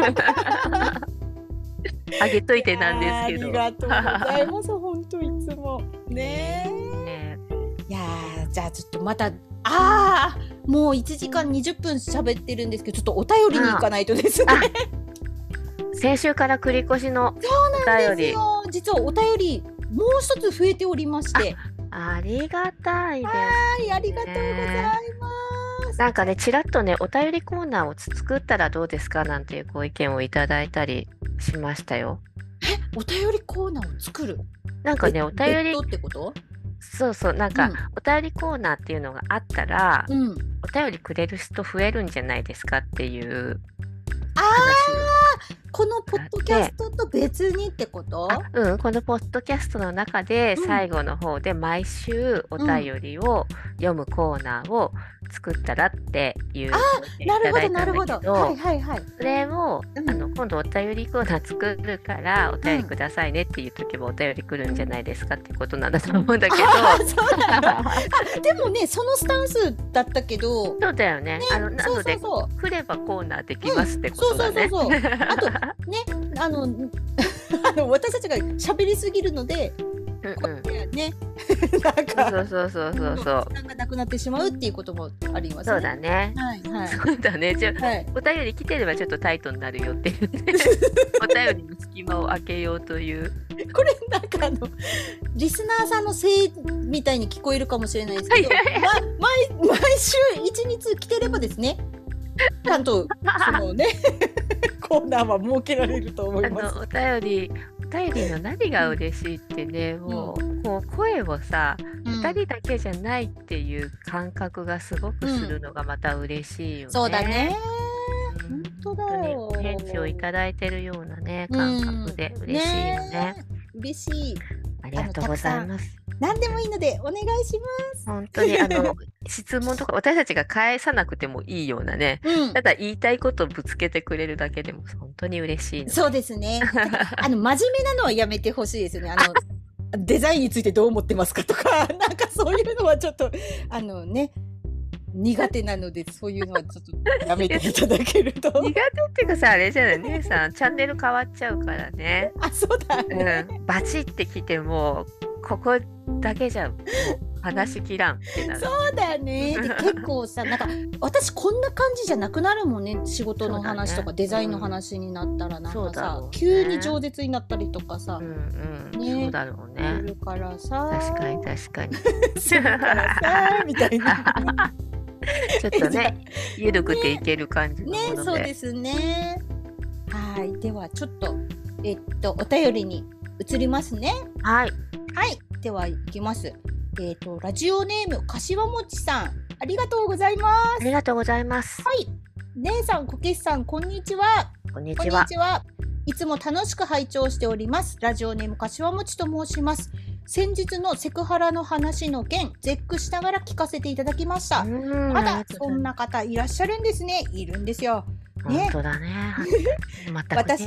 あげといてなんですけど。
ありがとうございます本当いつもねえ。ねいやじゃあちょっとまたあーもういちじかんにじゅっぷん喋ってるんですけどちょっとお便りに行かないとですね。
先週から繰り越しのお便り。
そうなんですよ。実はお便りもう一つ増えておりまして。
あ, ありがたいです、ね。
はいありがとうございます。
なんかねちらっとねお便りコーナーを作ったらどうですかなんていうご意見をいただいたりしましたよ。
えお便りコーナーを作る？
なんかねお便り
ってこと
そうそうなんか、うん、お便りコーナーっていうのがあったら、うん、お便りくれる人増えるんじゃないですかっていう
話。あこのポッドキャストと別にってこと？
うんこのポッドキャストの中で最後の方で毎週お便りを読むコーナーを作ったらっていう、うん、
あなるほどなるほどはいはいはい。
それを、うん、あの今度お便りコーナー作るからお便りくださいねっていう時もお便り来るんじゃないですかっていうことなんだと思うんだけど、
うん、そうなんだあでもねそのスタンスだったけど
そうだよね、ねあのなのでそうそうそう来ればコーナーできますってことだね。
そうそうそうそうあとねあのあの私たちが喋りすぎるのでうんうん、ね、なんか
そうそうそうそうそう
時間がなくなってしまうっていうこともありますね。
そうだね。はいはい。そうだね。じゃあ、はい、お便り来てればちょっとタイトになるよっていう、ね、お便りの隙間を開けようという。
これなんかあのリスナーさんのせいみたいに聞こえるかもしれないですけど、ま、毎毎週一日来てればですね、ちゃんとそのねコーナーは設けられると思います。
あのお便りお便りの何が嬉しいってね、もう、うん、こう声をさ、うん、ふたりだけじゃないっていう感覚がすごくするのがまた嬉しいよね。
うん、そうだね。
本当だよ。本当に返事をいただいてるようなね感覚で嬉しいよね。ね
嬉しい。
ありがとうございます。
何でもいいのでお願いします。
本当にあの質問とか私たちが返さなくてもいいようなね、うん、ただ言いたいことをぶつけてくれるだけでも本当に嬉しいので。
そうですね。あの真面目なのはやめてほしいですよね。あのデザインについてどう思ってますかとかなんかそういうのはちょっとあのね苦手なのでそういうのはちょっとやめていただけると。
苦手っていうかさあれじゃない姉さんチャンネル変わっちゃうからね。
あそうだね、
うん、バチってきてもここだけじゃもう話きらんってなる。
そうだね。で結構さなんか私こんな感じじゃなくなるもんね。仕事の話とか、ね、デザインの話になったらなんかさ、ね、急に饒舌になったりとかさ、
うんうんね、そうだろうね。
するからさ
確かに確かに
するからさみたいな
ちょっとねゆるくていける感じのもので、ね
ね、そうですね。はいではちょっとえっとお便りに移りますね。
はい
はいではいきます。えっとラジオネームかしわもちさんありがとうございます。
ありがとうございます。
はい姉さんこけしさんこんにちは。
こんにちは。こんにちは。
いつも楽しく拝聴しております。ラジオネームかしわもちと申します。先日のセクハラの話の件絶句しながら聞かせていただきました。まだそんな方いらっしゃるんですね。いるんですよ。
ね、本当だね。
私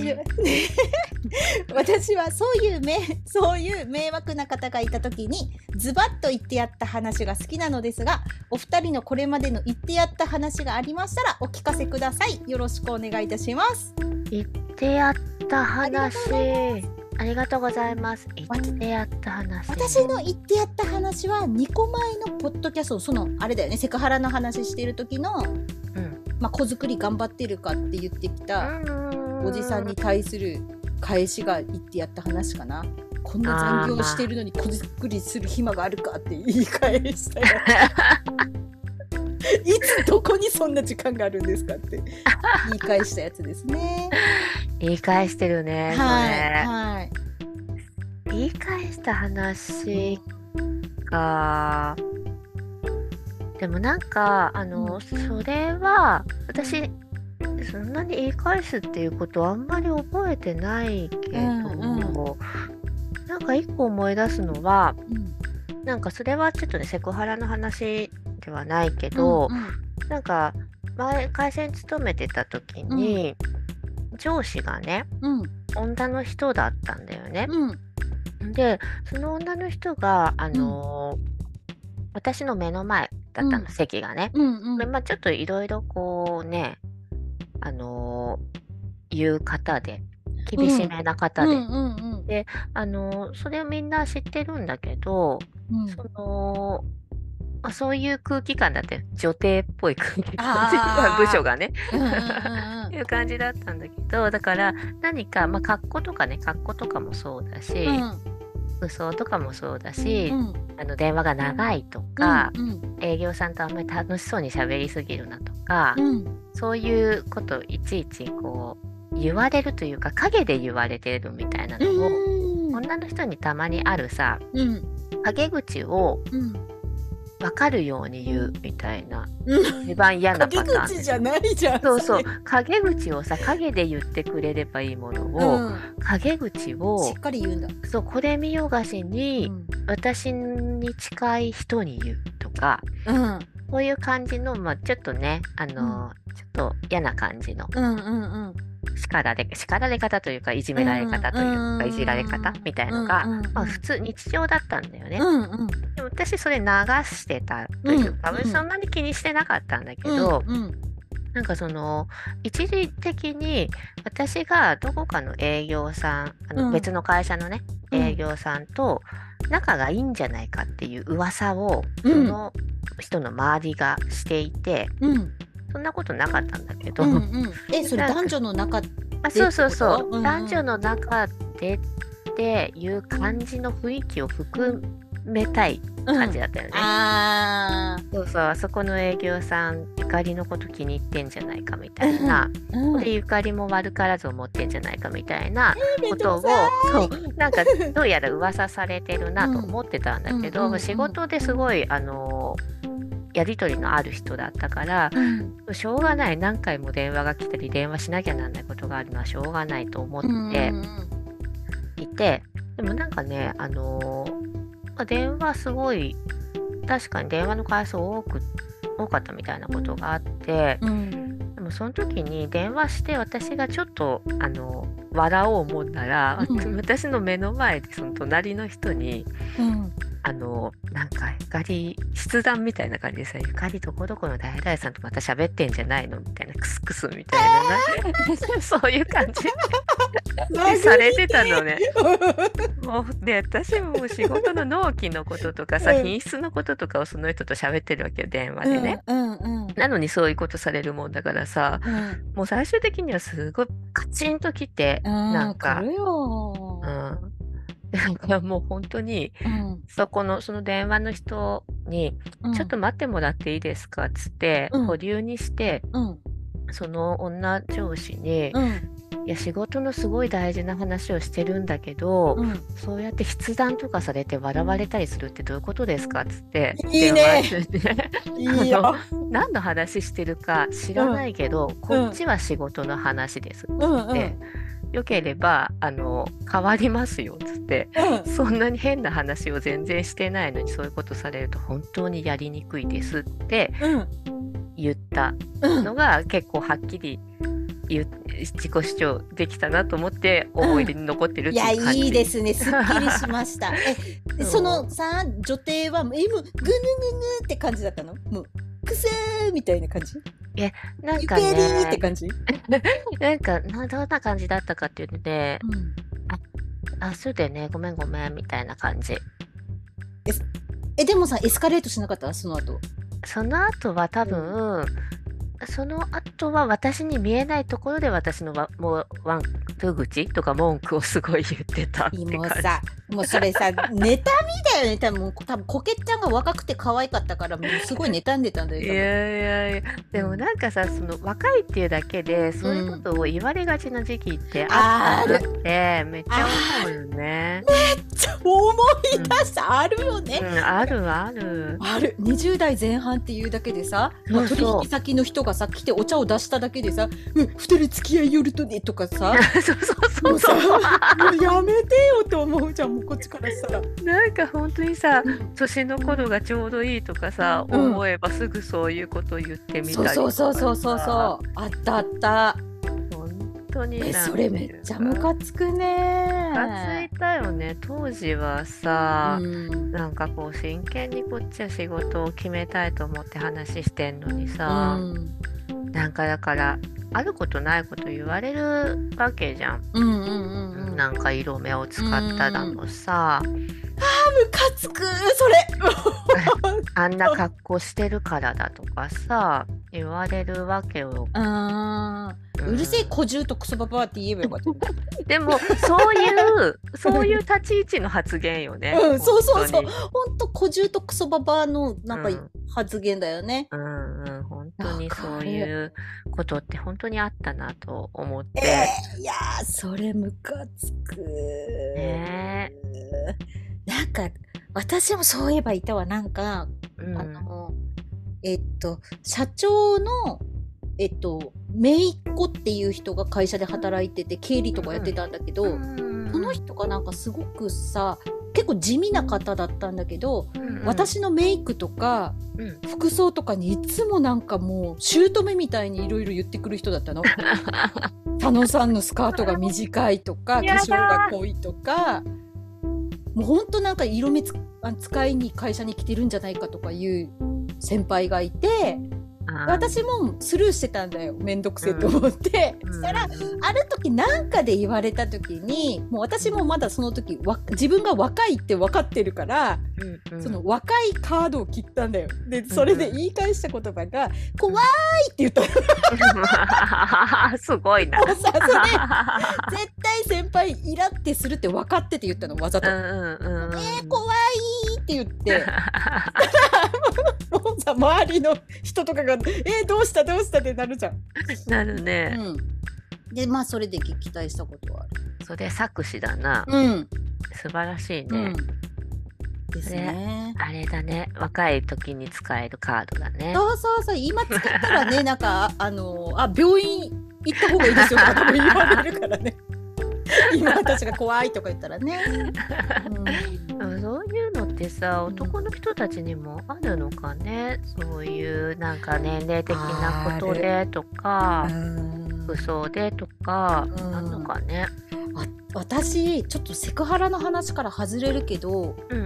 私はそういうめそういう迷惑な方がいた時にズバッと言ってやった話が好きなのですが、お二人のこれまでの言ってやった話がありましたらお聞かせください。よろしくお願いいたします。
言ってやった話。ありがとうございます。言ってやった話。
私の言ってやった話はにこまえのポッドキャスト、そのあれだよね、セクハラの話してる時の、うんまあ、子作り頑張ってるかって言ってきたおじさんに対する返しが言ってやった話かな。こんな残業してるのに子作りする暇があるかって言い返したやついつどこにそんな時間があるんですかって言い返したやつですね。
言い返してるね。
はいはい。
言い返した話か。でもなんかあの、うん、それは私そんなに言い返すっていうことはあんまり覚えてないけど、うんうん、なんか一個思い出すのは、うん、なんかそれはちょっとねセクハラの話ではないけど、うんうん、なんか前会社に勤めてた時に、うん、上司がね、うん、女の人だったんだよね。うん、でその女の人があのーうん私の目の前だったの、うん、席がね。
うんうん、
まあ、ちょっといろいろこうね、あのー、言う方で、厳しめな方で。
うんうんうんうん、
で、あのー、それをみんな知ってるんだけど、
うん、
その、あ、そういう空気感だって、女帝っぽい空気感、部署がね、
うんうんうんうん、
いう感じだったんだけど、だから何か、まあ、格好とかね、格好とかもそうだし、うん、服装とかもそうだし、うん、あの電話が長いとか、うんうん、営業さんとあんまり楽しそうに喋りすぎるなとか、うん、そういうこといちいちこう言われるというか、陰で言われてるみたいなのを、うん、女の人にたまにあるさ、うん、陰口を、うん分かるように言うみたいな、うん、一番嫌なパターン。
陰口じゃないじゃん。
そうそう、陰口をさ、陰で言ってくれればいいものを、うん、陰口を
しっかり言うんだ。
そう、これ見よがしに、うん、私に近い人に言うとか、うん、こういう感じの、まあ、ちょっとね、あの、うん、ちょっと嫌な感じの。うんうんうん、叱られ、叱られ方というか、いじめられ方というか、うん、いじられ方みたいのが、うんうん、まあ、普通日常だったんだよね。うんうん、でも私それ流してたというか、うんうん、そんなに気にしてなかったんだけど、うんうん、なんかその一時的に私がどこかの営業さん、あの別の会社のね、うん、営業さんと仲がいいんじゃないかっていう噂を、その人の周りがしていて、うん、そんなことなかったんだけど、うんうん、
え、それ男女の中で
あ、そうそうそう、うんうん、男女の中でっていう感じの雰囲気を含めたい感じだったよね、うん、あそうそう、あそこの営業さんゆかりのこと気に入ってんじゃないかみたいな、うんうん、でゆかりも悪からず思ってんじゃないかみたいなことを、そうなんかどうやら噂されてるなと思ってたんだけど、うん、仕事ですごいあのやり取りのある人だったから、うん、しょうがない、何回も電話が来たり電話しなきゃなんないことがあるのはしょうがないと思っていて、でもなんかね、あのー、電話すごい確かに電話の回数多く多かったみたいなことがあって、うん、でもその時に電話して私がちょっとあの笑おう思ったら、うん、私の目の前でその隣の人に、うん、あのなんかゆかり筆談みたいな感じでさ、ゆかりどこどこの誰々さんとまた喋ってんじゃないのみたいな、クスクスみたいなそういう感じでされてたのね。もうで私も仕事の納期のこととかさ、うん、品質のこととかをその人と喋ってるわけよ、電話でね、うんうんうん、なのにそういうことされるもんだからさ、うん、もう最終的にはすごいカチンときて、うん、なんか、
来るよ、
うん、なんかもう本当に、うん、そこのその電話の人に、うん、ちょっと待ってもらっていいですかっつって、うん、保留にして、うん、その女上司に、うん、いや仕事のすごい大事な話をしてるんだけど、うん、そうやって筆談とかされて笑われたりするってどういうことですかっつって
いいねいいよ
何の話してるか知らないけど、うん、こっちは仕事の話ですっつって、うんうん、よければあの変わりますよっつって、うん、そんなに変な話を全然してないのにそういうことされると本当にやりにくいですって言ったのが、うん、結構はっきり言自己主張できたなと思って思い出に残ってるっていう感じ、うん、
いやいいですね、すっきりしましたえそのさ女帝はもうぐぬぐぬって感じだったの？もうくせーみたいな感じ？
いやなんかね
ゆけりーって感じ
なんかなどんな感じだったかっていうとね、うん、ああそうだよね、ごめんごめんみたいな感じ。え
えでもさエスカレートしなかった？その後
その後は多分、うんその後は私に見えないところで私のわもうワントゥ口とか文句をすごい言ってたって感じ。
もうさもうそれさ妬みだよね多分。多分コケちゃんが若くて可愛かったからもうすごい妬んでたんだよ。
いやいやいやでもなんかさ、その若いっていうだけでそういうことを言われがちな時期ってあったなってめっちゃ思うよね。
めっちゃ思い出した、うん、あるよね、
うん、あるある
ある。にじゅう代前半っていうだけでさ、まあ、取引先の人がさ来てお茶を出しただけでさ、うん、ふたり付き合いよるとねとかさ
そうそうそうそう
もうやめてよと思うじゃん、もうこっちからしたら。
なんか本当にさ年の頃がちょうどいいとかさ、うん、思えばすぐそういうことを言ってみたりとか、
そうそうそうそうそうあったあった。
本当に
え、それめっちゃムカつくね。
ムカついたよね。当時はさ、
うん、
なんかこう真剣にこっちは仕事を決めたいと思って話してんのにさ、うん、なんかだからあることないこと言われるわけじゃん。
うんうんうんうん、
なんか色目を使っただのさ、うん、
あームカつくそれ
あんな格好してるからだとかさ言われるわけよ。
あー、うん、うるせえ小獣とクソババアって言えばよかった
でもそういうそういう立ち位置の発言よね。
うん、そうそうそう、ほんと小獣とクソババアのなんか、うん、発言だよね。
うんうん、本当にそういうことって本当にあったなと思って、
えー、いやーそれムカつくね。なんか私もそういえばいたわ。なんか、うん、あのえっと社長のえっと姪っ子っていう人が会社で働いてて経理とかやってたんだけど、うん、その人がなんかすごくさ結構地味な方だったんだけど、うん、私のメイクとか、うん、服装とかにいつもなんかもう姑みたいにいろいろ言ってくる人だったの。佐野さんのスカートが短いとか化粧が濃いとかもうほんとなんか色目つ使いに会社に来てるんじゃないかとかいう先輩がいて、私もスルーしてたんだよ。めんどくせえと思って、うん、そしたら、うん、ある時なんかで言われた時にもう私もまだその時わ自分が若いって分かってるから、うんうん、その若いカードを切ったんだよ。でそれで言い返した言葉が、うん、怖いって言ったの。す
ごいな。
もうさそれ絶対先輩イラってするって分かってて言ったのわざと。うんうんうん、えー、怖いって言ってもうさ周りの人とかがえー、どうしたどうしたってなるじゃん。
なるね、
うん、でまあそれで撃退したことはある。
それ作詞だな、うん、素晴らしいね、うん、ですね。あれだね、若い時に使えるカードだね。
そうそうそう、今使ったらねなんかあのあ病院行った方がいいですよとか多分言われるからね。今私が怖いとか言ったらね、
うん、そういうのってさ男の人たちにもあるのかね。そういうなんか年齢的なことでとか服装でとかあるのかね。
あ私ちょっとセクハラの話から外れるけど、うんうん、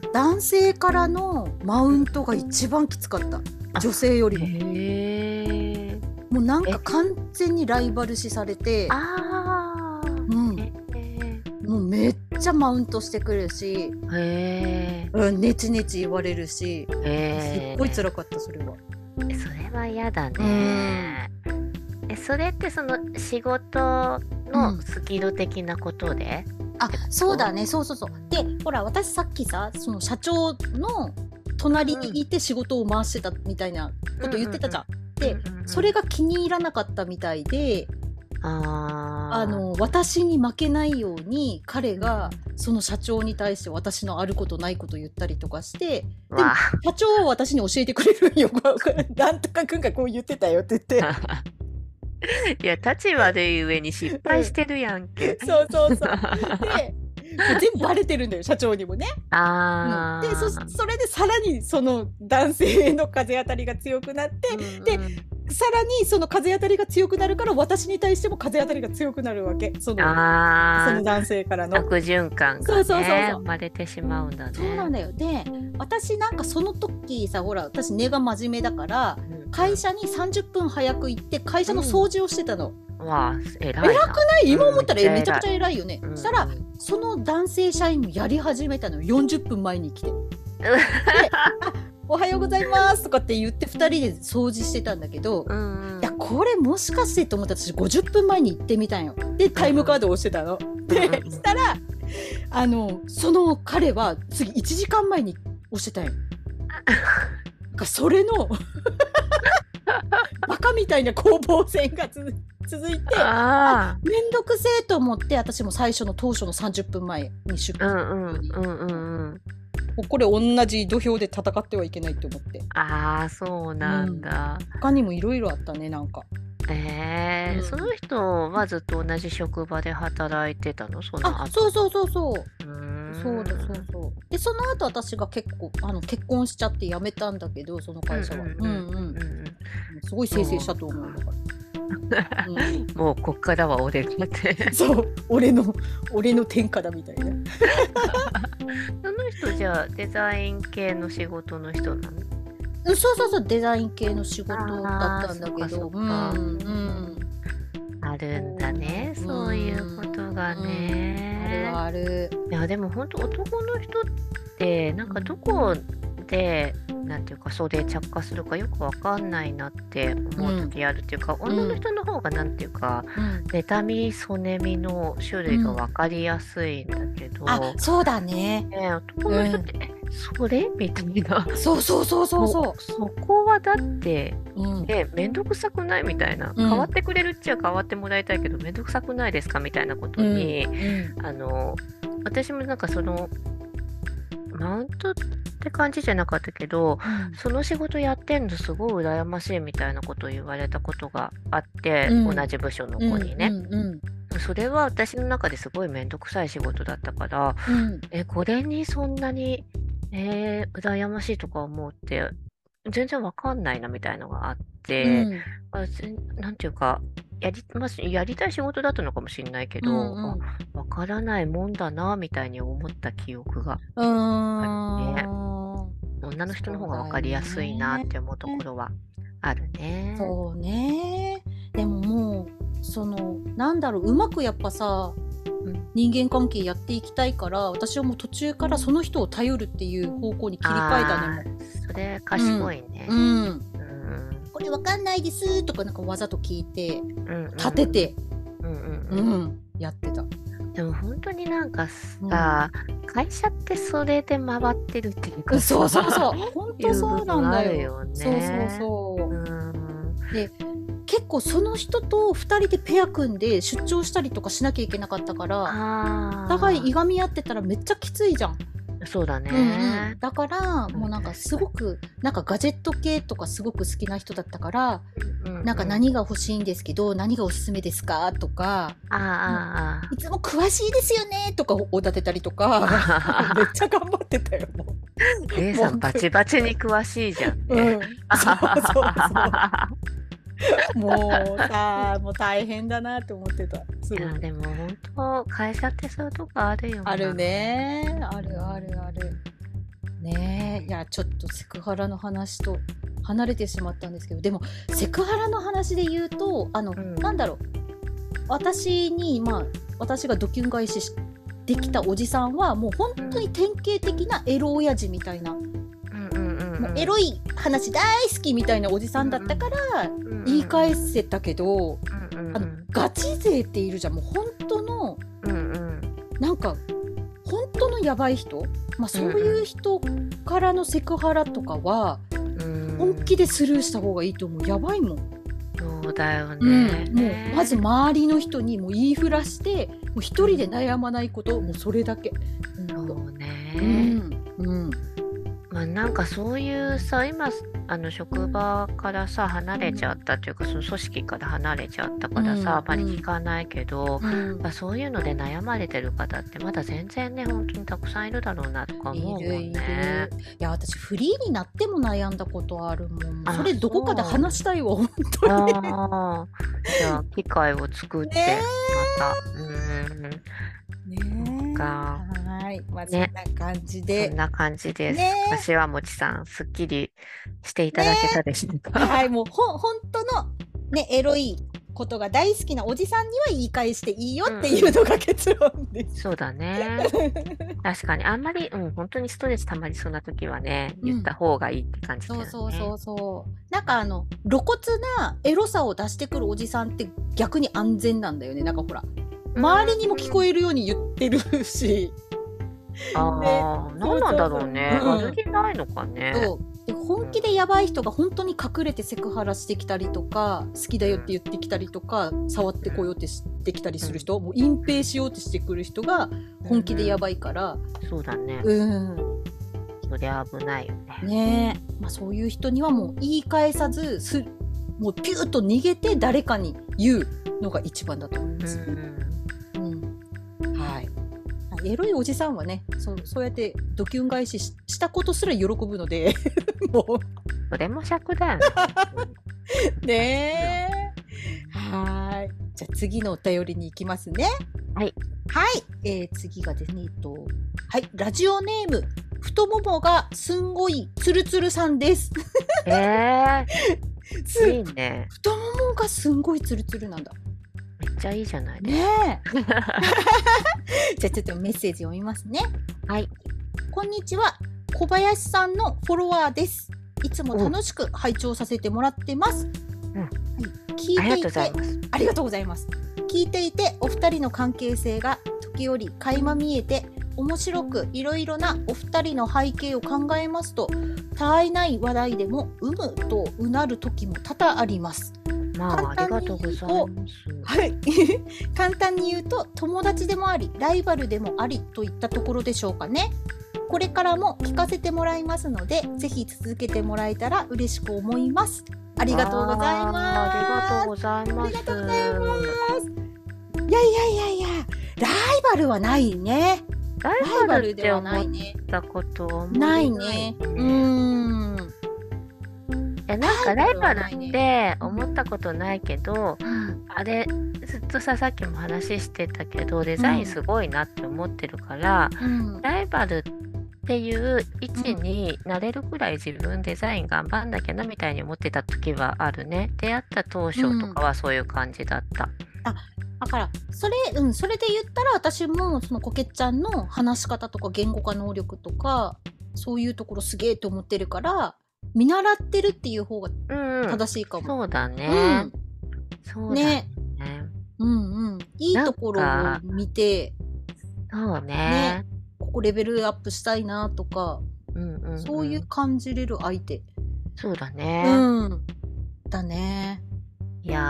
男性からのマウントが一番きつかった。女性よりも。へー、もうなんか完全にライバル視されて、あ、うん、もうめっちゃマウントしてくるし、へー、うん、ネチネチ言われるし、へー、すっごい辛かったそれは。
それは嫌だね。えそれってその仕事のスキル的なことで、うん、
あ、そうだね、そうそうそう。でほら私さっきさその社長の隣にいて仕事を回してたみたいなこと言ってたじゃん。でそれが気に入らなかったみたいで、ああの私に負けないように彼がその社長に対して私のあることないこと言ったりとかして、でも社長は私に教えてくれるんよ。なんとかくんがこう言ってたよって言って
いや立場でゆえに失敗してるやんけ。
そうそうそう。で全部バレてるんだよ社長にもね。あ、うん、で そ, それでさらにその男性の風当たりが強くなって、うんうん、でさらにその風当たりが強くなるから私に対しても風当たりが強くなるわけ。そ の, その男性からの
悪循環が、ね、そうそうそうそう生まれてしまうんだね。
そうなんだよ。で私なんかその時さほら私根が真面目だから、うん、会社にさんじゅっぷん早く行って会社の掃除をしてたの、うん、わあ偉いな。偉くない？今思ったら、うん、めちゃくちゃ偉いよね、うん、そしたらその男性社員もやり始めたのよんじゅっぷんまえに来てでおはようございますとかって言ってふたりで掃除してたんだけど、うん、いやこれもしかしてと思って私ごじゅっぷんまえに行ってみたんよ。でタイムカードを押してたの、うん、でしたらあのその彼は次いちじかんまえに押してたんよ。それのバカみたいな攻防戦が続いて、あめんどくせえと思って私も最初の当初のさんじゅっぷんまえに出勤するように、うんうんうんうんこれ同じ土俵で戦ってはいけないと思って。
ああそうなんだ、
うん、他にもいろいろあったねなんか。
えーうん、その人はずっと同じ職場で働いてたの？その後。
あそうそうそうそう。そうだそうそう。でその後私が結構あの結婚しちゃって辞めたんだけどその会社は。うんうんうんうん。すごい清々したと思うだから。
うん、もうこっからは俺がって
そう俺の俺の天下だみたいな
その人じゃあデザイン系の仕事の人なの？
そうそうそうデザイン系の仕事だったんだけど、うんうん、
あるんだね、そういうことがね、
うん、あるある。
いやでも本当男の人ってなんかどこでなんていうか袖着火するかよくわかんないなって思う時あるっていうか、うん、女の人の方がなんていうか、うん、妬みそねみの種類がわかりやすいんだけど、うん、
あそうだね、
ね男の人って、うんそれみたいな。
そうそうそうそうそう。
そこはだって、うん、え、めんどくさくないみたいな、うん。変わってくれるっちゃ変わってもらいたいけど、めんどくさくないですかみたいなことに、うんうん、あの、私もなんかその、マウントって感じじゃなかったけど、うん、その仕事やってんのすごい羨ましいみたいなことを言われたことがあって、うん、同じ部署の子にね。うんうんうん、それは私の中ですごいめんどくさい仕事だったから、うん、え、これにそんなにえー、羨ましいとか思うって全然わかんないなみたいのがあって、うんあ、なんていうかやり、まあ、やりたい仕事だったのかもしれないけど、うんうん、わからないもんだなみたいに思った記憶があるね。女の人の方がわかりやすいなって思うところはあるね。
そうね。でももうそのなんだろううまくやっぱさ人間関係やっていきたいから私はもう途中からその人を頼るっていう方向に切り替えたね。も
それ賢いね、
うんうんうん、これわかんないですとかなんかわざと聞いて、うんうん、立てて、うんうんうん、やってた。
でも本当になんかさ、うん、会社ってそれで回ってるっていうか
そうそうそう本当そうなんだよ、ね、そうそうそう、うん、で結構その人とふたりでペア組んで出張したりとかしなきゃいけなかったからお互いいがみ合ってたらめっちゃきついじゃん。
そうだね、
うんうん、だからもうなんかすごくなんかガジェット系とかすごく好きな人だったから、うんうん、なんか何が欲しいんですけど何がおすすめですかとかああいつも詳しいですよねとかおだてたりとかめっちゃ頑張ってたよ。もう
レイさんバチバチに詳しいじゃん、ねうん、そう
そうそうもうさもう大変だなって思ってた。
すごい。いやでも本当会社ってそういうとこあるよね。
あるねあるあるあるねえ。いやちょっとセクハラの話と離れてしまったんですけどでもセクハラの話で言うとあの、うん、なんだろう私にまあ私がドキュン返しできたおじさんはもう本当に典型的なエロ親父みたいな、うんもうエロい話大好きみたいなおじさんだったから言い返せたけど、うんうん、あのガチ勢っているじゃん。もう本当の、うんうん、なんか本当のやばい人、まあ、そういう人からのセクハラとかは、うん、本気でスルーした方がいいと思う。やばいもん。
そうだよね、
うん、もうまず周りの人にもう言いふらしてもう一人で悩まないこと、もうそれだけ。
そうね、
うんうん
まあ、なんかそういうさ今あの職場からさ離れちゃったというか、うん、その組織から離れちゃったからさ、うん、あまり聞かないけど、うんまあ、そういうので悩まれてる方ってまだ全然ね本当にたくさんいるだろうなとか思うもんね。いるいる。
いや私フリーになっても悩んだことあるもん。それどこかで話したいわ本当に。
あじゃあ機会を作ってまた、うん
ねかはい、まあ、そんな感じで、
ね、そんな感じです。ね、柏餅さん、すっきりしていただけたでしょうか。
ね、はい、もうほ本当のねエロいことが大好きなおじさんには言い返していいよっていうのが結論です。
うん、そうだね。確かにあんまり、うん、本当にストレス溜まりそうな時はね、言った方がいいって感じだよね。
そうそうそうそう。なんかあの露骨なエロさを出してくるおじさんって逆に安全なんだよね。なんかほら。周りにも聞こえるように言ってるし、
うん、ああ、何なんだろうね。悪気ないのかね。
そうで本気でやばい人が本当に隠れてセクハラしてきたりとか好きだよって言ってきたりとか触ってこようってしてきたりする人、もう隠蔽しようってしてくる人が本気でやばいから、
うん、そうだね。
うん。
そりゃ危ないよね。
ねえ、まあ、そういう人にはもう言い返さずすもうピューッと逃げて誰かに言うのが一番だと思います。うんはい、エロいおじさんはね そ, そうやってドキュン返し し, したことすら喜ぶのでもう
それも尺だよね。
ねえはい。じゃあ次のお便りに行きますね。
はい。
はい。えー、次がですね、えっと、はい。ラジオネーム、太ももがすんごいつるつるさんです。
えー、いいね。
太ももがすんごいつるつるなんだ。
めっちゃいいじゃない
ねえ。じゃあちょっとメッセージ読みますね。
はい。
こんにちは。小林さんのフォロワーです。いつも楽しく拝聴させてもらってます。うん、はい、聞いていて、ありがとうございます。ありがとうございます。聞いていてお二人の関係性が時折垣間見えて面白く、いろいろなお二人の背景を考えますと、たわいない話題でもうむとうなる時も多々あります。
まあ、ありがとうございます。
はい、簡単に言うと友達でもありライバルでもありといったところでしょうかね。これからも聞かせてもらいますので、ぜひ続けてもらえたら嬉しく思います。ありがとうございます。
ありがとうございます。
ありがとうございます。いやいやいやいや、ライバルはないね。
ライバルではないね。たこと
ないね。うーん。
え、なんかライバルって思ったことないけど、うん、あれずっとささっきも話してたけどデザインすごいなって思ってるから、うん、ライバルっていう位置になれるくらい自分デザイン頑張んなきゃなみたいに思ってた時はあるね。出会った当初とかはそういう感じだった。うん、
あ、だからそれ、うん、それで言ったら私もそのこけちゃんの話し方とか言語化能力とかそういうところすげえと思ってるから見習ってるっていう方が正しいかも。
うん、そうだね。うん、そうだね。
ね、うんうん。いいところを見て、
そうね。
ね、ここレベルアップしたいなとか、うんうんうん、そういう感じれる相手。
そうだね。
うん。だね。
いやー、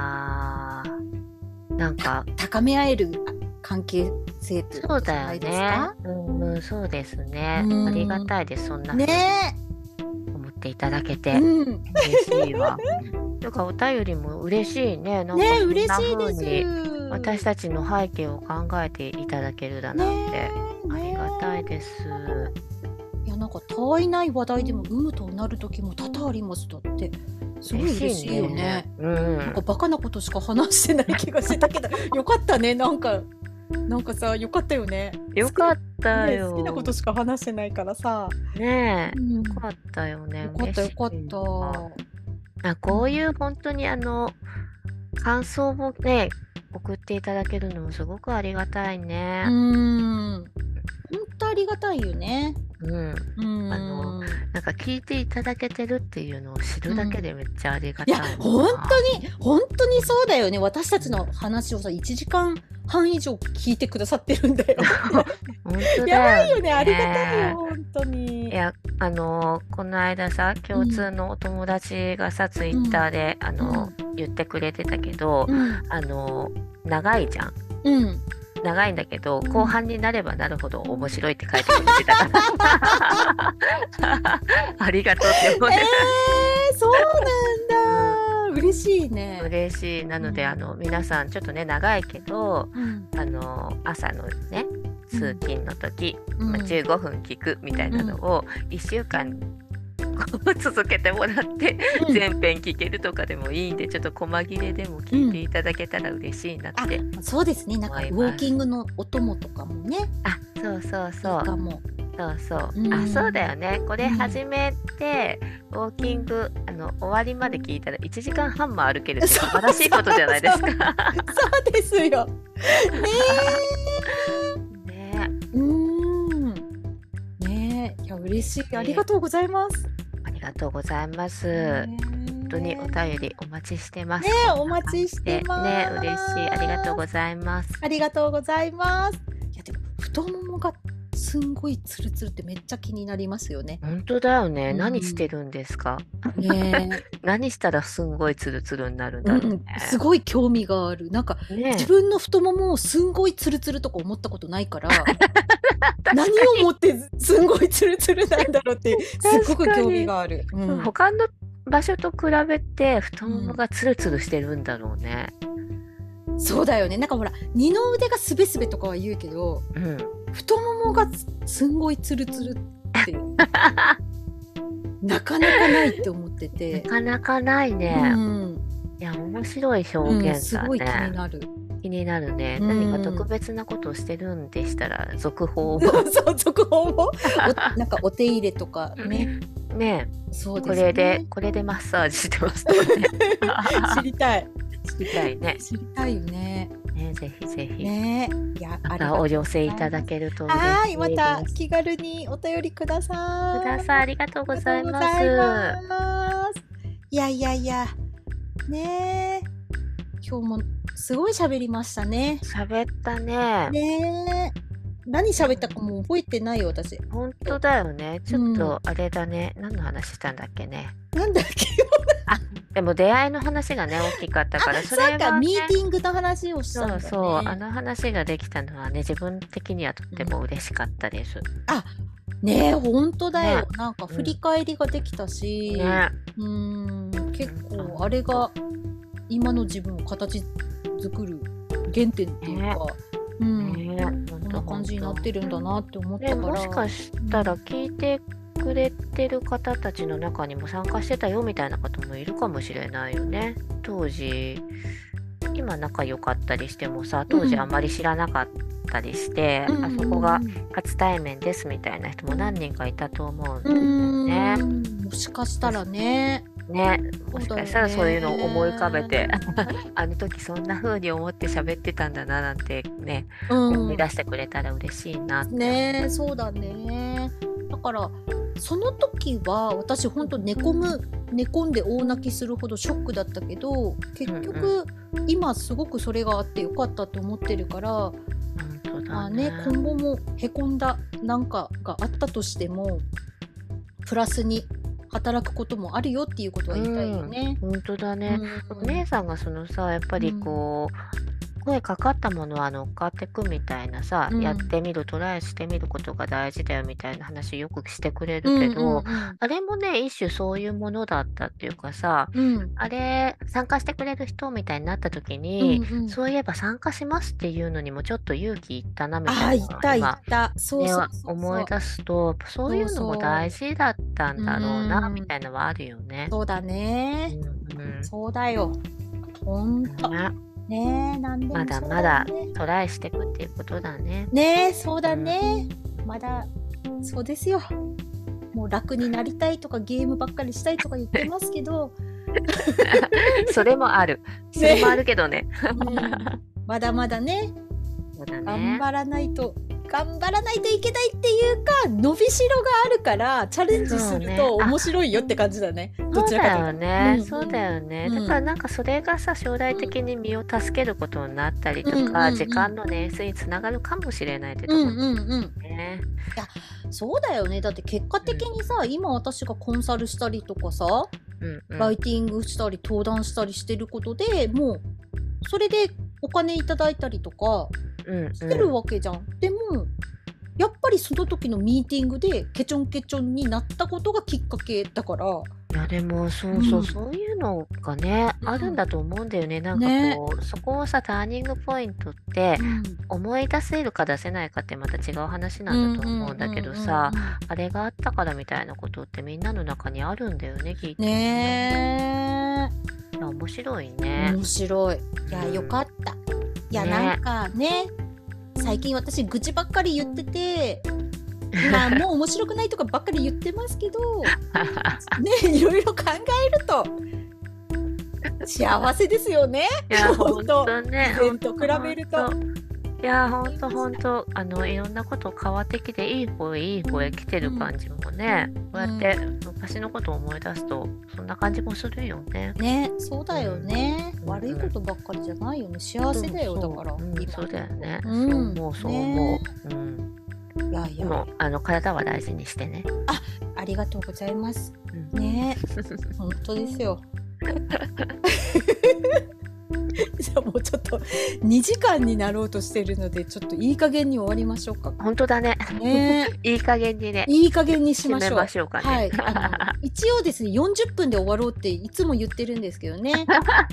なんか
高め合える関係性ってことじゃないですか。
そうだよね。うん、そうですね。ありがたいです。そんな
ね。
思っていただけて、うん、嬉しいわ。とかお便りも嬉しいね。なんかそんな風に私たちの背景を考えていただけるだなんて、ありがたいです。
いや、なんかたわいない話題でもうむとなる時も多々ありますだって。すごい嬉しいよね。ね、うん、なんかバカなことしか話してない気がしてたけどよかったね。なんかなんかさ、よかったよね。
よかったよ、
ね。好きなことしか話してないからさ。
ねえ、うん、よかったよね。
よかったよかった。
あ、こういう本当にあの感想をね送っていただけるのもすごくありがたいね。
うん。本当ありがたいよね。
うん。うん、あのなんか聞いていただけてるっていうのを知るだけでめっちゃありがたい、うん。いや
本当に本当にそうだよね。私たちの話をさいちじかんはん以上聞いてくださってるんだよ。
本当だよね。
やばいよね。ありがたいよ本当に。
いやあのこの間さ共通のお友達がさ、うん、ツイッターであの、うん、言ってくれてたけど、うん、あの長いじゃん。うん。長いんだけど、後半になればなるほど面白いって書いてくれてたからありがとうって思ってた。
えー、そうなんだ、うん、嬉しいね。
嬉しい。なので、うん、あの皆さんちょっとね長いけど、うん、あの朝のね通勤の時、うんまあ、じゅうごふん聞くみたいなのをいっしゅうかん続けてもらって全編聞けるとかでもいいんで、ちょっと細切れでも聞いていただけたら嬉しいなって、
うん、そうですね。なんかウォーキングのお供とかもね。
あ、そうそうそう。いいかも。そうそう、うん、あ、そうだよね。これ始めて、うん、ウォーキングあの終わりまで聞いたらいちじかんはんも歩けるって素晴らしいことじゃないですか。
そうですよ。ね
え。ね
え。うん。ねえ。いや嬉しい。ありがとうございます。
ありがとうございます。本当にお便りお待ちしてます。
ね、お待ちしてます。
ね、嬉しい。ありがとうございます。
ありがとうございます。いやでも太ももがすんごいツルツルってめっちゃ気になりますよね。
本当だよね。うん、何してるんですか。ね、何したらすんごいツルツルになるんだろうね。うん、
すごい興味がある。なんか、ね、自分の太ももをすんごいツルツルとか思ったことないから。何をもってすんごいツルツルなんだろうってすごく興味がある、
うん、他の場所と比べて太ももがツルツルしてるんだろうね、
うん、そうだよね。なんかほら二の腕がすべすべとかは言うけど、うん、太ももがすんごいツルツルってなかなかないって思ってて。
なかなかないね、うん、いいや、面白い表
うん、
現だ
すごい気に
ね。
なる。
気になるね。
う
何か
ん。
特別なことをしてるんでしたら、続報を。
そう、続報も、おなんかお手入れとかね。
ね
そう
こ
です
れで、
ね。
これでマッサージしてますとかね。
知りたい。
知りたいね。
知りたいよね。
ね、ぜひぜひ。
ね、いや、
ま
ありがとうございます。
たお寄せいただけると嬉
はい、
しいで
また
す。
気軽にお便りください。
ください。ありがとうご
ありがと
ざいま
うござい
す。
ます。いやいやいや、ねえ、今日もすごい喋りましたね。
喋ったね。
ねえ、何喋ったかもう覚えてないよ、私。
本当だよね。ちょっ
うん。
とあれだね。何の話したんだっけね。
なんだっけ。
あ、でも出会いの話がね、大きかったから、
あ、
そ
そうか、
れはね、
ミーティングの話をしたんだね。
そうそう、あの話ができたのはね、自分的にはとっても嬉しかったです。
あ、ねえ、ほんとだよ。
ね、
なんか振り返りができたし、
ね、
うーん、結
うん
構あれが今の自分を形作る原点っていう
ね、
か、うん、
ね、
こんな感じになってるんだなって思った
ね、
から。
もしかしたら聞いてくれてる方たちの中にも参加してたよみたいな方もいるかもしれないよね。当時、今仲良かったりしてもさ、当時あまり知らなかったりして、
うん、
あそこが初対面ですみたいな人も何人かいたと思うんだ
う
よ
ん、う
ね。
ん、もしかしたらね。
ね、もしかしたらそういうのを思い浮かべて、
そうだよね。
あの時そんな風に思って喋ってたんだななんてね、
うん
思い出してくれたら嬉しいなって。
ねえ、そうだね。だからその時は私ほんと寝込む寝込んで大泣きするほどショックだったけど、結
うんう
局今すごくそれがあってよかったと思ってるから、
本当
まあ
だね。
ね、今後もへこんだなんかがあったとしてもプラスに働くこともあるよっていうことは言いたいよね。
本当だね。お
うん。
姉さんがそのさ、やっぱり
うん。
こう、声かかったものは乗っかってくみたいなさ、
う
やっ
ん。
てみる、トライしてみることが大事だよみたいな話よくしてくれるけ
うんうん
ど、
うん。
あれもね、一種そういうものだったっていうかさ、
うん。
あれ、参加してくれる人みたいになった時
う
に、
んうん。
そういえば参加しますっていうのにもちょっと勇気いったなみた
ああ、
いなのを
いたい
今、
た。そう
ね、
そうそうそう。
思い出すと、そう
そう
いうのも大
そ
事だった
う。う
んだろうなみ
ーん。
たいなのはあるよね。
そうだ
う
ね。
んうん。
そうだよ。ほんと。
ね、
ねえ、なんで
ま
もそう
だまだ
だよね。
トライしていくっていうことだね。
ねえ、そうだ
うん。
ね。まだ、そうですよ。もう楽になりたいとかゲームばっかりしたいとか言ってますけど、
それもある。それもあ
ね。
るけどね。
うん。まだまだね、
そうだ
頑
ね。
張らないと頑張らないといけないっていうか、伸びしろがあるからチャレンジする
そうね。
と
あ、
面白いよって感じだね。ど
そうだ
ちらかというと。う
よね。
ん
そうだよね。
うん。
だから
うん。
なんかそれがさ、将来
うん。
的に身を助けることになったり
うん
とか、時
うんうん。
間の捻出につながるかもしれないって
う
ところ
んうんうん。
だね。
いや、そうだよね。だって結果
うん。
的にさ、今私がコンサルしたりとかさ、
うんうん。
ライティングしたり登壇したりしてることで、もうそれでお金いただいたりとか
うん
してる
うん。
わけじゃん。でも、やっぱりその時のミーティングでケチョンケチョンになったことがきっかけだから。
いやでも、そうそう、
うん。
そういうのがね、ある
うん。
んだと思うんだよね。なんか
ね。
こう、そこをさ、ターニングポイントって
うん。
思い出せるか出せないかってまた違う話なだと
うんんうん
思うんだけど
うん
さ、
うん。
あれがあったからみたいなことってみんなの中にあるんだよね、きっとね。
ね
いや、面白い
え。
ね。
面白い。いうや、よか
ん。
った。いや、なん
ね。
かね、最近私愚痴ばっかり言ってて、まあ、もう面白くないとかばっかり言ってますけど、ね、いろいろ考えると幸せですよね。
いや、ほん
ほんと。
とね、
以前と比
ほんとほ
べると。
んと。いや、ほんと
思いました。
ほんと、あの、いろんなこと変わってきて、いい方へいい方へ来て
うん。
る感じもね、こう
う
やって
ん。
昔のことを思い出すと、そんな感じもするよね。
ね、そう
う
だよ
ん。
ね。
うん
悪い
うん。
ことばっかりじゃないよね。幸
そう
せだよ、だか
そ
ら、
う。うん、
今
そうだよ
ほんと。
ね。
う
そうん 。 思うそう思
ね
う。うん。
え。いやいや。
でも、あの、体は大事にしてね。
あ、ありがとうございます。
うん。
ねえ、ほんとですよ。じゃあもうちょっとにじかんになろうとしてるので、ちょっといい加減に終わりましょうか。
ほんとだね。
ねえ。
いい加減にね、
いい加減にし
締め
ましょう。
ましょうかね。
はい。あの、一応ですね、よんじゅっぷんで終わろうっていつも言ってるんですけどね。はい。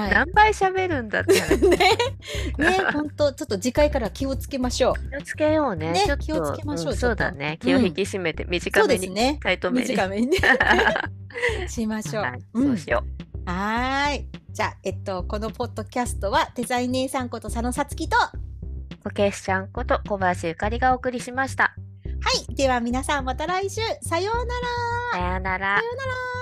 何倍喋るんだって話。
ね。ね、ほんと、ちょっと次回から気をつけましょ
気をつけよう
う。
ね。
ね、
ちょっ
気をつ
と、
けましょう、
うん、
ちょっと。
そうだね。気を引
うん。
き締めて、
そう
短めに、
ですね。
タイトめに。
短めにね。しましょう。
はい、
うん。
そうしよう。
はーい。じゃあ、えっと、このポッドキャストはデザイン姉さんこと佐野さつきと、
こけしちゃんこと小林ゆかりがお送りしました。
はい。では皆さんまた来週。さようなら。
さようなら。
さようなら。